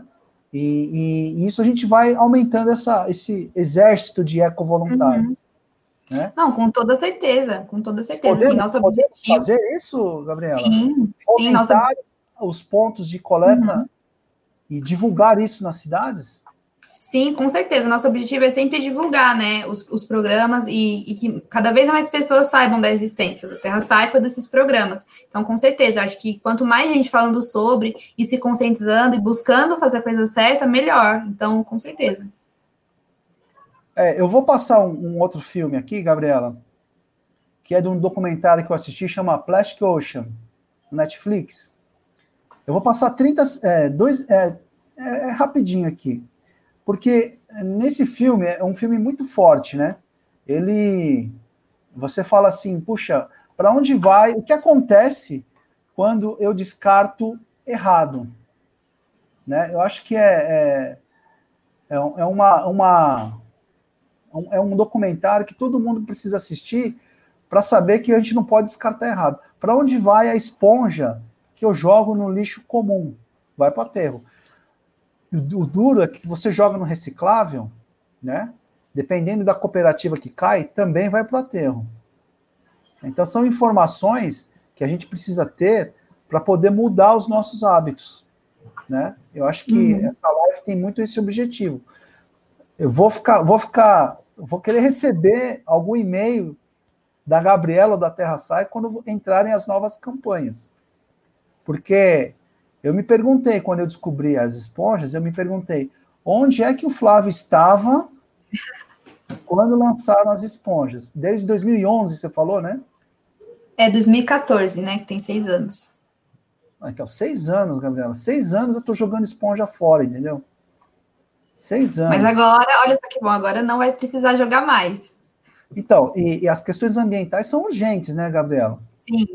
E isso a gente vai aumentando esse exército de ecovoluntários. Né? Não, com toda certeza, com toda certeza. Podemos, sim, nosso objetivo... fazer isso, Gabriela? Sim, aumentar os pontos de coleta e divulgar isso nas cidades? Sim, com certeza. Nosso objetivo é sempre divulgar, né, os programas e que cada vez mais pessoas saibam da existência da Terra Cycle desses programas. Então, com certeza, acho que quanto mais gente falando sobre e se conscientizando e buscando fazer a coisa certa, melhor. Então, com certeza. Eu vou passar um outro filme aqui, Gabriela, que é de um documentário que eu assisti, chama Plastic Ocean, no Netflix. Eu vou passar rapidinho aqui. Porque nesse filme, é um filme muito forte, né? Você fala assim, puxa, para onde vai? O que acontece quando eu descarto errado? Né? Eu acho que é um documentário que todo mundo precisa assistir para saber que a gente não pode descartar errado. Para onde vai a esponja que eu jogo no lixo comum? Vai para o aterro. O duro é que você joga no reciclável, né? Dependendo da cooperativa que cai, também vai para o aterro. Então, são informações que a gente precisa ter para poder mudar os nossos hábitos, né? Eu acho que essa live tem muito esse objetivo. Eu vou querer receber algum e-mail da Gabriela ou da Terra Cycle quando entrarem as novas campanhas. Porque eu me perguntei, quando eu descobri as esponjas, onde é que o Flávio estava quando lançaram as esponjas? Desde 2011, você falou, né? 2014, né? Que tem 6 anos. Então, 6 anos, Gabriela. 6 anos eu estou jogando esponja fora, entendeu? 6 anos. Mas agora, olha só que bom, agora não vai precisar jogar mais. Então, e as questões ambientais são urgentes, né, Gabriela? Sim.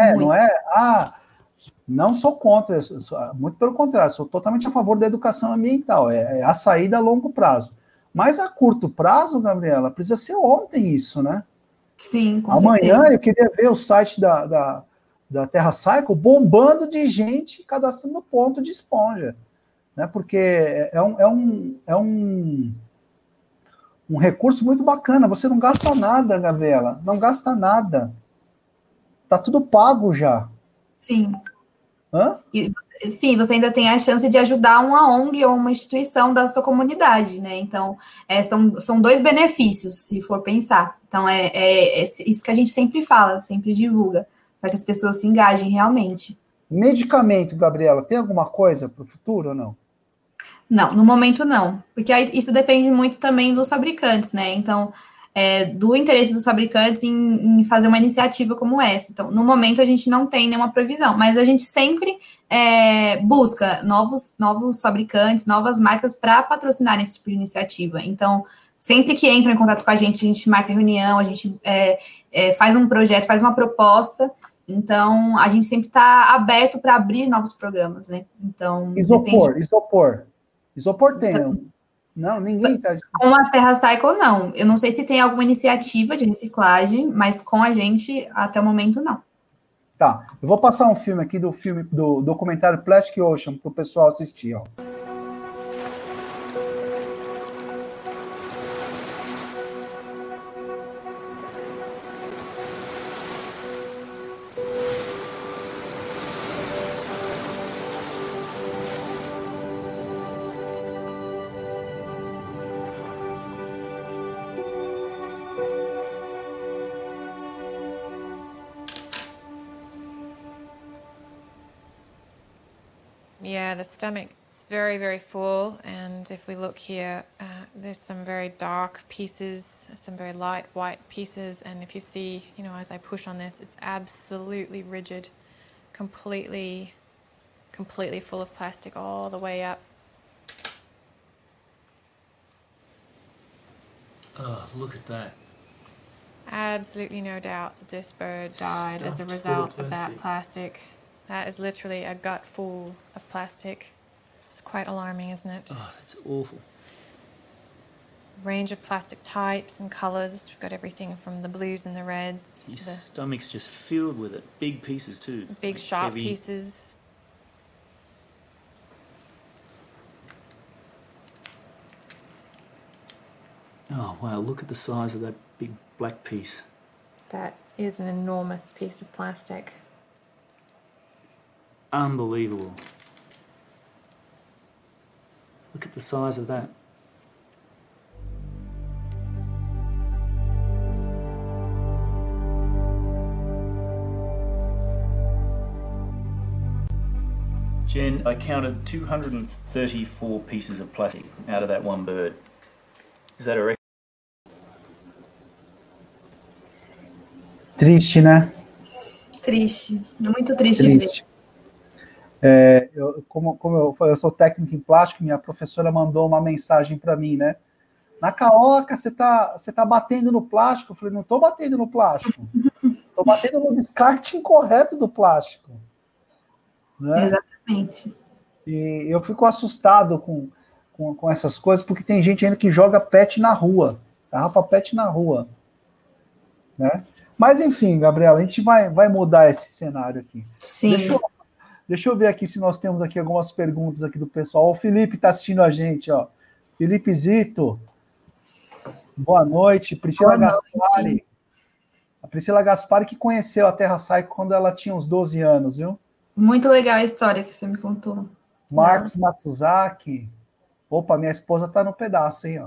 Não sou contra, muito pelo contrário, sou totalmente a favor da educação ambiental, é a saída a longo prazo. Mas a curto prazo, Gabriela, precisa ser ontem isso, né? Sim, com Amanhã certeza. Eu queria ver o site da Terra Cycle bombando de gente cadastrando ponto de esponja, né? Porque é um recurso muito bacana, você não gasta nada, Gabriela, não gasta nada. Tá tudo pago já. Sim. Hã? Sim, você ainda tem a chance de ajudar uma ONG ou uma instituição da sua comunidade, né? Então, são 2 benefícios, se for pensar. Então, é isso que a gente sempre fala, sempre divulga, para que as pessoas se engajem realmente. Medicamento, Gabriela, tem alguma coisa para o futuro ou não? Não, no momento não, porque isso depende muito também dos fabricantes, né? Então, do interesse dos fabricantes em fazer uma iniciativa como essa. Então, no momento, a gente não tem nenhuma previsão, mas a gente sempre busca novos fabricantes, novas marcas para patrocinar esse tipo de iniciativa. Então, sempre que entram em contato com a gente marca reunião, a gente faz um projeto, faz uma proposta Então, a gente sempre está aberto para abrir novos programas, né? Então, Isopor tem. Então, não, ninguém está... Com a TerraCycle, não. Eu não sei se tem alguma iniciativa de reciclagem, mas com a gente, até o momento, não. Tá, eu vou passar um filme aqui do documentário Plastic Ocean para o pessoal assistir, ó. Yeah, the stomach is very, very full. And if we look here, there's some very dark pieces, some very light white pieces. And if you see, as I push on this, it's absolutely rigid, completely full of plastic all the way up. Oh, look at that. Absolutely no doubt that this bird died as a result of that plastic. That is literally a gut full of plastic. It's quite alarming, isn't it? Oh, that's awful. Range of plastic types and colours. We've got everything from the blues and the reds. His stomach's just filled with it. Big pieces too. Big sharp pieces. Oh, wow, look at the size of that big black piece. That is an enormous piece of plastic. Unbelievable. Look at the size of that. Jen, I counted 234 pieces of plastic out of that one bird. Is that a record? Triste, né? Triste. Muito triste. Como eu falei, eu sou técnico em plástico, minha professora mandou uma mensagem para mim, né? Nacaoca, você tá batendo no plástico? Eu falei, não estou batendo no plástico. Estou batendo no descarte incorreto do plástico. Né? Exatamente. E eu fico assustado com essas coisas, porque tem gente ainda que joga PET na rua, garrafa PET na rua. Né? Mas, enfim, Gabriela, a gente vai mudar esse cenário aqui. Sim. Deixa eu ver aqui se nós temos aqui algumas perguntas aqui do pessoal. O Felipe está assistindo a gente, ó. Felipe Zito, boa noite. Priscila Gaspari. A Priscila Gaspari que conheceu a TerraCycle quando ela tinha uns 12 anos, viu? Muito legal a história que você me contou. Marcos Matsuzaki. Opa, minha esposa está no pedaço, hein, ó.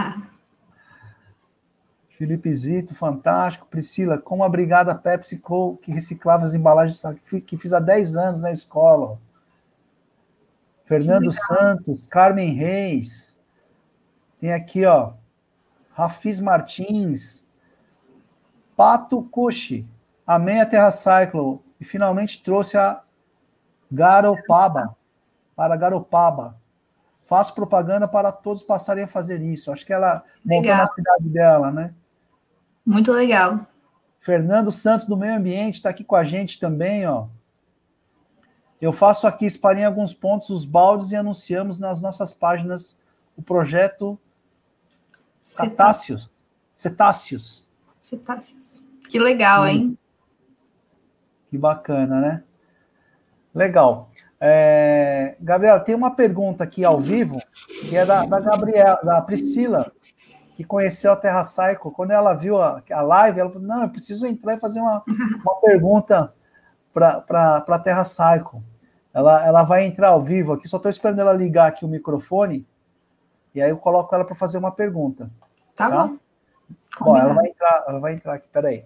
Felipe Zito, fantástico. Priscila, como a Brigada PepsiCo, que reciclava as embalagens, que fiz há 10 anos na escola. Fernando Santos, Carmen Reis. Tem aqui, ó, Rafiz Martins. Pato Cuxi. Amei a TerraCycle e finalmente trouxe a Garopaba. Para Garopaba. Faço propaganda para todos passarem a fazer isso. Acho que ela montou na cidade dela, né? Muito legal. Fernando Santos, do Meio Ambiente, está aqui com a gente também, ó. Eu faço aqui, espalhei em alguns pontos os baldes e anunciamos nas nossas páginas o projeto Cetáceos. Que legal, hein? Que bacana, né? Legal. Gabriela, tem uma pergunta aqui ao vivo, que é da Gabriela, da Priscila, que conheceu a TerraCycle. Quando ela viu a live, ela falou, não, eu preciso entrar e fazer uma pergunta para a TerraCycle. Ela vai entrar ao vivo aqui, só estou esperando ela ligar aqui o microfone, e aí eu coloco ela para fazer uma pergunta. Tá bom. Bom, ela vai entrar aqui, peraí.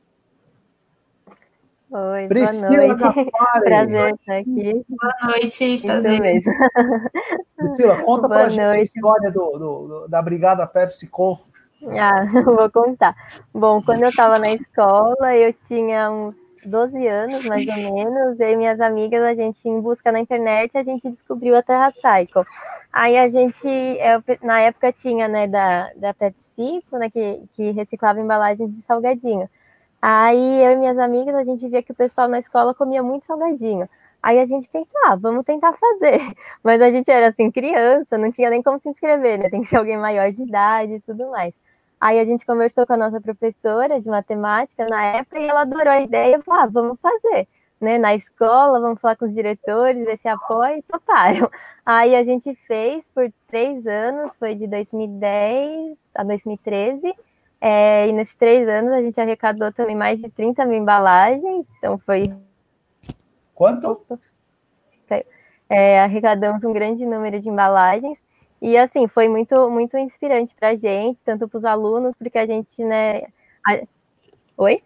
Oi, Priscila boa noite. Gaspari. Prazer estar aqui. Boa noite, prazer. Isso mesmo. Priscila, conta pra gente a história da Brigada PepsiCo. Vou contar. Bom, quando eu estava na escola, eu tinha uns 12 anos, mais ou menos, eu e minhas amigas, a gente, em busca na internet, a gente descobriu a TerraCycle. Aí a gente, na época tinha, né, da PepsiCo, né, que reciclava embalagens de salgadinho. Aí eu e minhas amigas, a gente via que o pessoal na escola comia muito salgadinho. Aí a gente pensou, vamos tentar fazer. Mas a gente era assim, criança, não tinha nem como se inscrever, né? Tem que ser alguém maior de idade e tudo mais. Aí a gente conversou com a nossa professora de matemática na época e ela adorou a ideia e falou, vamos fazer. Né, na escola, vamos falar com os diretores, ver se apoia, e toparam. Aí a gente fez por 3 anos, foi de 2010 a 2013, e nesses 3 anos a gente arrecadou também mais de 30 mil embalagens, então foi... Quanto? Arrecadamos um grande número de embalagens, e assim, foi muito, muito inspirante para a gente, tanto para os alunos, porque a gente, né... Oi?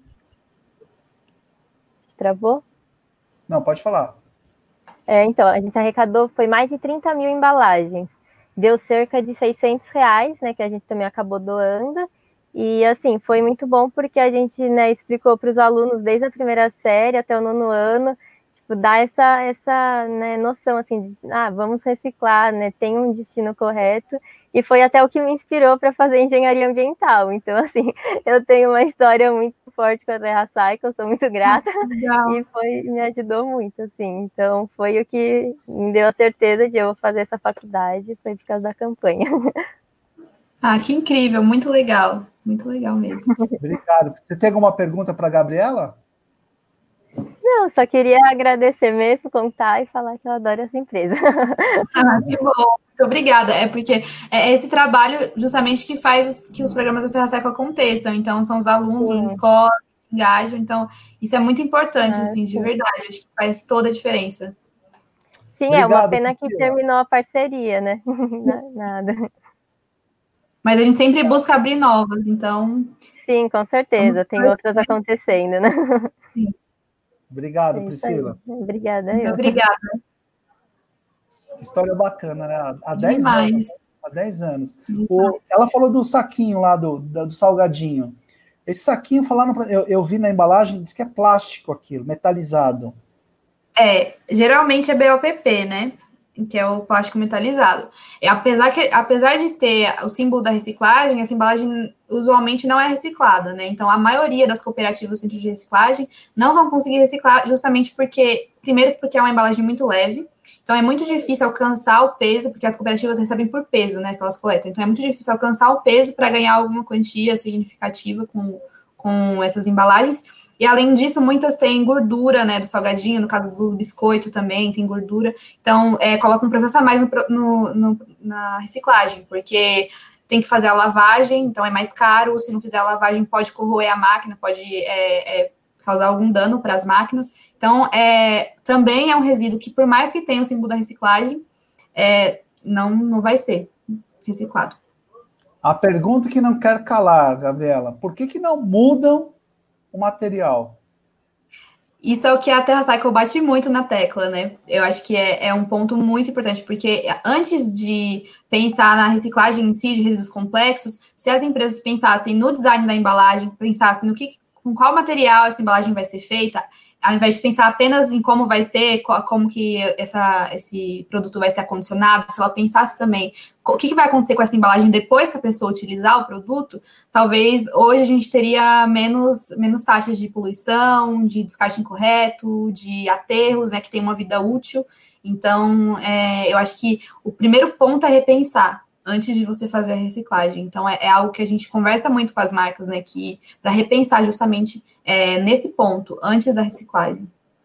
Travou? Não, pode falar. Então, a gente arrecadou, foi mais de 30 mil embalagens. Deu cerca de R$600, né, que a gente também acabou doando. E, assim, foi muito bom porque a gente, né, explicou para os alunos desde a primeira série até o 9º ano, tipo, dar essa né, noção, assim, de, vamos reciclar, né, tem um destino correto. E foi até o que me inspirou para fazer engenharia ambiental. Então, assim, eu tenho uma história muito forte com a Terra Cycle, sou muito grata. E me ajudou muito, assim. Então, foi o que me deu a certeza de eu fazer essa faculdade, foi por causa da campanha. Que incrível, muito legal mesmo. Obrigado. Você tem alguma pergunta para a Gabriela? Não, só queria agradecer mesmo, contar e falar que eu adoro essa empresa. Que bom, muito obrigada. É porque é esse trabalho justamente que faz que os programas da Terra Cycle aconteçam. Então, são os alunos, Sim. as escolas que se engajam. Então, isso é muito importante, assim, de sim. verdade. Acho que faz toda a diferença. Sim, Obrigado, é uma pena que Priscila. terminou a parceria, né? Nada. Mas a gente sempre busca abrir novas, então... Sim, com certeza. Tem outras acontecendo, né? Sim. Obrigado, Priscila. Obrigada. Muito obrigada. História bacana, né? Há 10 Demais. anos. Há 10 anos. Ela falou do saquinho lá, do salgadinho. Esse saquinho, eu vi na embalagem, diz que é plástico aquilo, metalizado. Geralmente é BOPP, né? Que é o plástico metalizado. Apesar de ter o símbolo da reciclagem, essa embalagem usualmente não é reciclada, né? Então, a maioria das cooperativas do centro de reciclagem não vão conseguir reciclar justamente primeiro porque é uma embalagem muito leve, então é muito difícil alcançar o peso, porque as cooperativas recebem por peso, né, que elas coletam. Então, é muito difícil alcançar o peso para ganhar alguma quantia significativa com essas embalagens. E, além disso, muitas têm gordura, né, do salgadinho, no caso do biscoito também tem gordura. Então, coloca um processo a mais na reciclagem, porque tem que fazer a lavagem, então é mais caro. Se não fizer a lavagem, pode corroer a máquina, pode causar algum dano para as máquinas. Então, também é um resíduo que, por mais que tenha o símbolo da reciclagem, não vai ser reciclado. A pergunta que não quer calar, Gabriela, por que não mudam o material? Isso é o que a Terra Cycle bate muito na tecla, né? Eu acho que é um ponto muito importante, porque antes de pensar na reciclagem em si de resíduos complexos, se as empresas pensassem no design da embalagem, pensassem com qual material essa embalagem vai ser feita, ao invés de pensar apenas em como vai ser, como que esse produto vai ser acondicionado, se ela pensasse também o que vai acontecer com essa embalagem depois que a pessoa utilizar o produto, talvez hoje a gente teria menos taxas de poluição, de descarte incorreto, de aterros, né, que tem uma vida útil. Então, eu acho que o primeiro ponto é repensar antes de você fazer a reciclagem. Então, é algo que a gente conversa muito com as marcas, né, que para repensar justamente nesse ponto, antes da reciclagem.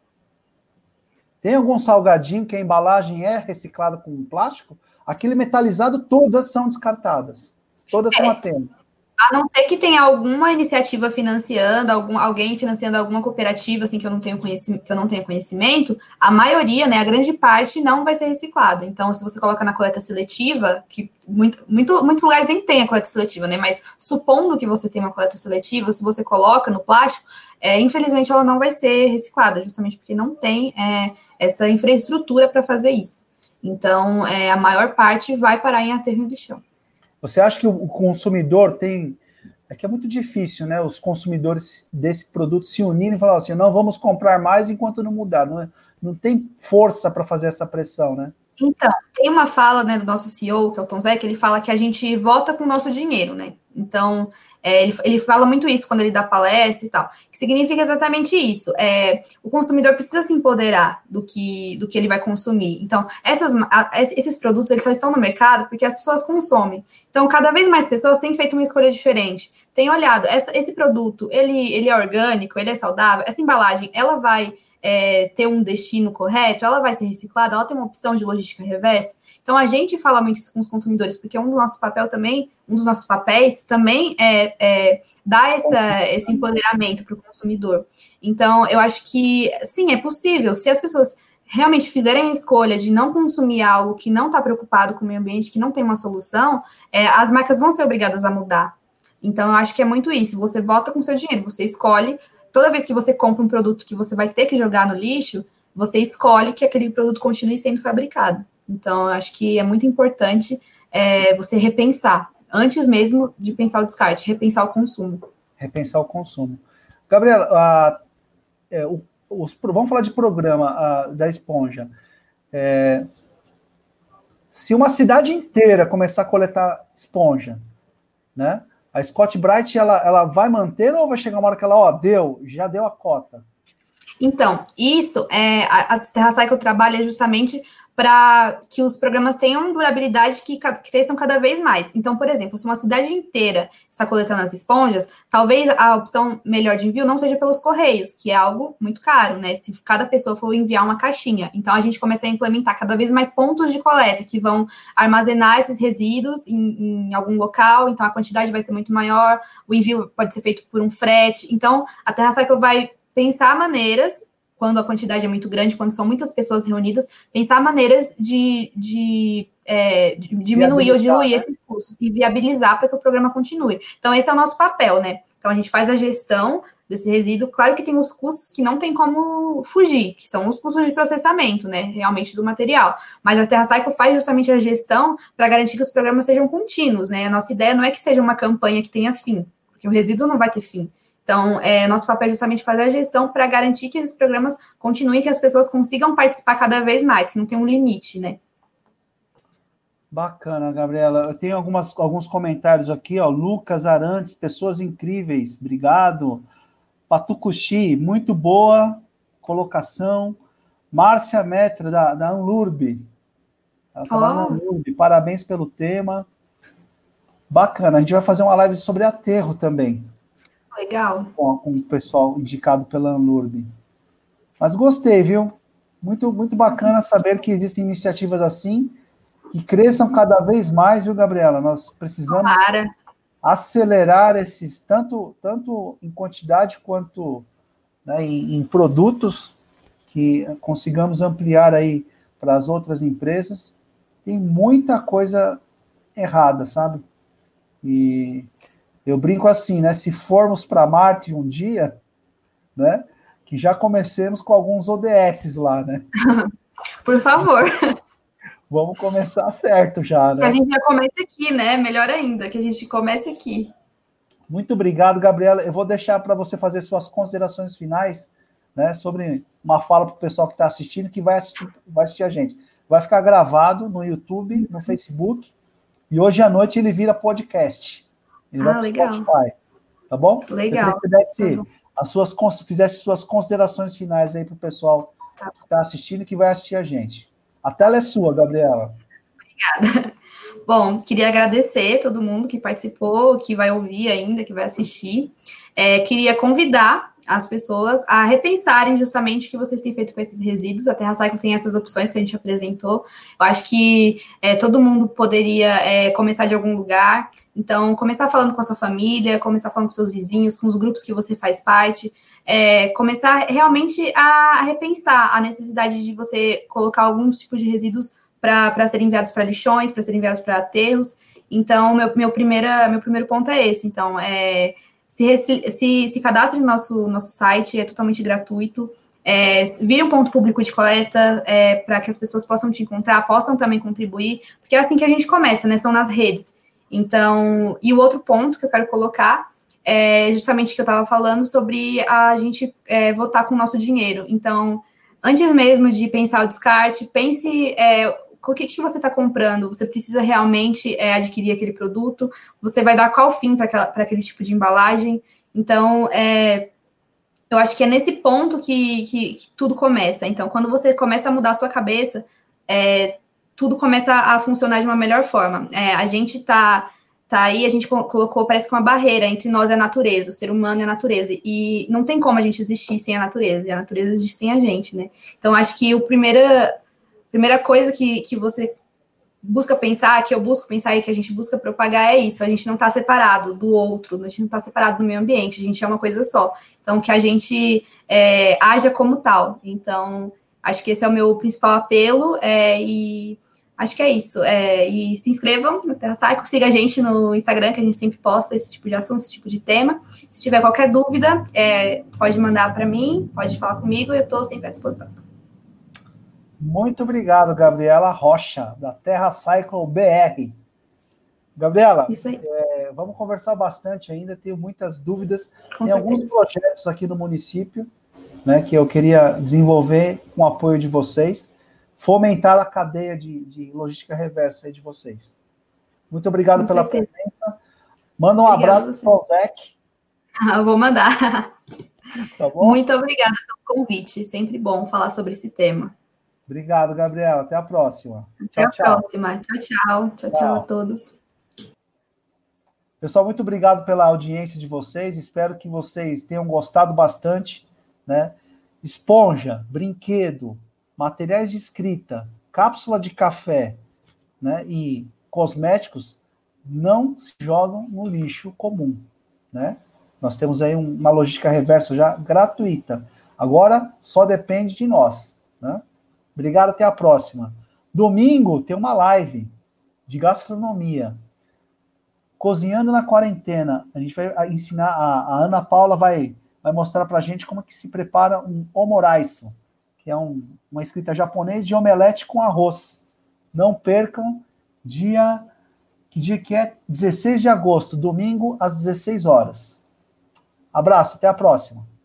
Tem algum salgadinho que a embalagem é reciclada com plástico? Aquele metalizado, todas são descartadas. Todas são atentas. A não ser que tenha alguma iniciativa financiando, alguém financiando alguma cooperativa, assim, que eu não tenha conhecimento, a maioria, né, a grande parte não vai ser reciclada. Então, se você coloca na coleta seletiva, que muitos lugares nem tem a coleta seletiva, né, mas supondo que você tem uma coleta seletiva, se você coloca no plástico, infelizmente ela não vai ser reciclada, justamente porque não tem essa infraestrutura para fazer isso. Então, a maior parte vai parar em aterro e lixão. Você acha que o consumidor tem... É que é muito difícil, né? Os consumidores desse produto se unirem e falar assim, não vamos comprar mais enquanto não mudar. Não tem força para fazer essa pressão, né? Então, tem uma fala, né, do nosso CEO, que é o Tom Zé, que ele fala que a gente vota com o nosso dinheiro, né? Então, ele fala muito isso quando ele dá palestra e tal, que significa exatamente isso. O consumidor precisa se empoderar do que ele vai consumir. Então, esses produtos, eles só estão no mercado porque as pessoas consomem. Então, cada vez mais pessoas têm feito uma escolha diferente. Têm olhado, esse produto, ele é orgânico, ele é saudável, essa embalagem, ela vai ter um destino correto, ela vai ser reciclada, ela tem uma opção de logística reversa. Então, a gente fala muito isso com os consumidores, porque um dos nossos papéis também é dar esse empoderamento para o consumidor. Então, eu acho que, sim, é possível. Se as pessoas realmente fizerem a escolha de não consumir algo que não está preocupado com o meio ambiente, que não tem uma solução, as marcas vão ser obrigadas a mudar. Então, eu acho que é muito isso. Você vota com seu dinheiro, você escolhe. Toda vez que você compra um produto que você vai ter que jogar no lixo, você escolhe que aquele produto continue sendo fabricado. Então, eu acho que é muito importante você repensar, antes mesmo de pensar o descarte, repensar o consumo. Repensar o consumo. Gabriela, vamos falar de programa da esponja. Se uma cidade inteira começar a coletar esponja, né? A Scott Bright, ela vai manter ou vai chegar uma hora que ela, já deu a cota? Então, isso, a TerraCycle trabalha justamente para que os programas tenham durabilidade que cresçam cada vez mais. Então, por exemplo, se uma cidade inteira está coletando as esponjas, talvez a opção melhor de envio não seja pelos correios, que é algo muito caro, né? Se cada pessoa for enviar uma caixinha. Então, a gente começa a implementar cada vez mais pontos de coleta que vão armazenar esses resíduos em algum local, então a quantidade vai ser muito maior, o envio pode ser feito por um frete. Então, a TerraCycle vai pensar maneiras, quando a quantidade é muito grande, quando são muitas pessoas reunidas, pensar maneiras de diminuir ou diluir esses custos e viabilizar para que o programa continue. Então, esse é o nosso papel, né? Então, a gente faz a gestão desse resíduo. Claro que tem os custos que não tem como fugir, que são os custos de processamento, né? Realmente do material. Mas a TerraCycle faz justamente a gestão para garantir que os programas sejam contínuos, né? A nossa ideia não é que seja uma campanha que tenha fim, porque o resíduo não vai ter fim. Então, nosso papel é justamente fazer a gestão para garantir que esses programas continuem, que as pessoas consigam participar cada vez mais, que não tem um limite, né? Bacana, Gabriela. Eu tenho alguns comentários aqui, ó. Lucas Arantes, pessoas incríveis, obrigado. Patucuxi, muito boa colocação. Márcia Metra, da Anlurb. Ela trabalha na Anlurb, parabéns pelo tema. Bacana, a gente vai fazer uma live sobre aterro também. Legal. Com o pessoal indicado pela Anlurb. Mas gostei, viu? Muito, muito bacana saber que existem iniciativas assim, que cresçam cada vez mais, viu, Gabriela? Nós precisamos acelerar esses, tanto em quantidade quanto, né, em produtos, que consigamos ampliar aí para as outras empresas. Tem muita coisa errada, sabe? E eu brinco assim, né? Se formos para Marte um dia, né? Que já comecemos com alguns ODS lá, né? Por favor. Vamos começar certo já, né? Que a gente já comece aqui, né? Melhor ainda, que a gente comece aqui. Muito obrigado, Gabriela. Eu vou deixar para você fazer suas considerações finais, né? Sobre uma fala para o pessoal que está assistindo, que vai assistir a gente. Vai ficar gravado no YouTube, no Facebook, e hoje à noite ele vira podcast. Ele vai para o Spotify, tá bom? Legal. Eu queria que você fizesse suas considerações finais aí para o pessoal que está assistindo e que vai assistir a gente. A tela é sua, Gabriela. Obrigada. Bom, queria agradecer a todo mundo que participou, que vai ouvir ainda, que vai assistir. Queria convidar as pessoas a repensarem justamente o que vocês têm feito com esses resíduos. A TerraCycle tem essas opções que a gente apresentou. Eu acho que todo mundo poderia começar de algum lugar. Então, começar falando com a sua família, começar falando com seus vizinhos, com os grupos que você faz parte, começar realmente a repensar a necessidade de você colocar alguns tipos de resíduos para serem enviados para lixões, para serem enviados para aterros. Então, meu primeiro ponto é esse. Então, se cadastre no nosso site, é totalmente gratuito. Vire um ponto público de coleta para que as pessoas possam te encontrar, possam também contribuir, porque é assim que a gente começa, né? São nas redes. Então, e o outro ponto que eu quero colocar é justamente o que eu estava falando sobre a gente votar com o nosso dinheiro. Então, antes mesmo de pensar o descarte, pense o que você está comprando? Você precisa realmente adquirir aquele produto? Você vai dar qual fim para aquele tipo de embalagem? Então, eu acho que é nesse ponto que tudo começa. Então, quando você começa a mudar a sua cabeça, tudo começa a funcionar de uma melhor forma. A gente tá aí, a gente colocou, parece que uma barreira entre nós e a natureza, o ser humano e a natureza. E não tem como a gente existir sem a natureza, e a natureza existe sem a gente, né? Então, acho que a primeira coisa que você busca pensar, que eu busco pensar e que a gente busca propagar é isso. A gente não está separado do outro, a gente não está separado do meio ambiente, a gente é uma coisa só. Então, que a gente haja como tal. Então, acho que esse é o meu principal apelo e acho que é isso. E se inscrevam no Terra Cycle, siga a gente no Instagram, que a gente sempre posta esse tipo de assunto, esse tipo de tema. Se tiver qualquer dúvida, pode mandar para mim, pode falar comigo, eu estou sempre à disposição. Muito obrigado, Gabriela Rocha, da Terra Cycle BR. Gabriela, isso aí. Vamos conversar bastante ainda, tenho muitas dúvidas. Com Tem certeza. alguns projetos aqui no município, né, que eu queria desenvolver com o apoio de vocês, fomentar a cadeia de logística reversa aí de vocês. Muito obrigado com pela certeza. presença. Manda um abraço para o Zec. Eu vou mandar. Tá bom? Muito obrigada pelo convite, sempre bom falar sobre esse tema. Obrigado, Gabriela. Até a próxima. Até a próxima. Tchau, tchau. Tchau a todos. Pessoal, muito obrigado pela audiência de vocês. Espero que vocês tenham gostado bastante, né? Esponja, brinquedo, materiais de escrita, cápsula de café, né? E cosméticos não se jogam no lixo comum, né? Nós temos aí uma logística reversa já gratuita. Agora só depende de nós, né? Obrigado, até a próxima. Domingo tem uma live de gastronomia. Cozinhando na quarentena. A gente vai ensinar, a Ana Paula vai mostrar pra gente como que se prepara um omoraiso, que é uma escrita japonesa de omelete com arroz. Não percam, que dia que é? 16 de agosto, domingo, às 16 horas. Abraço, até a próxima.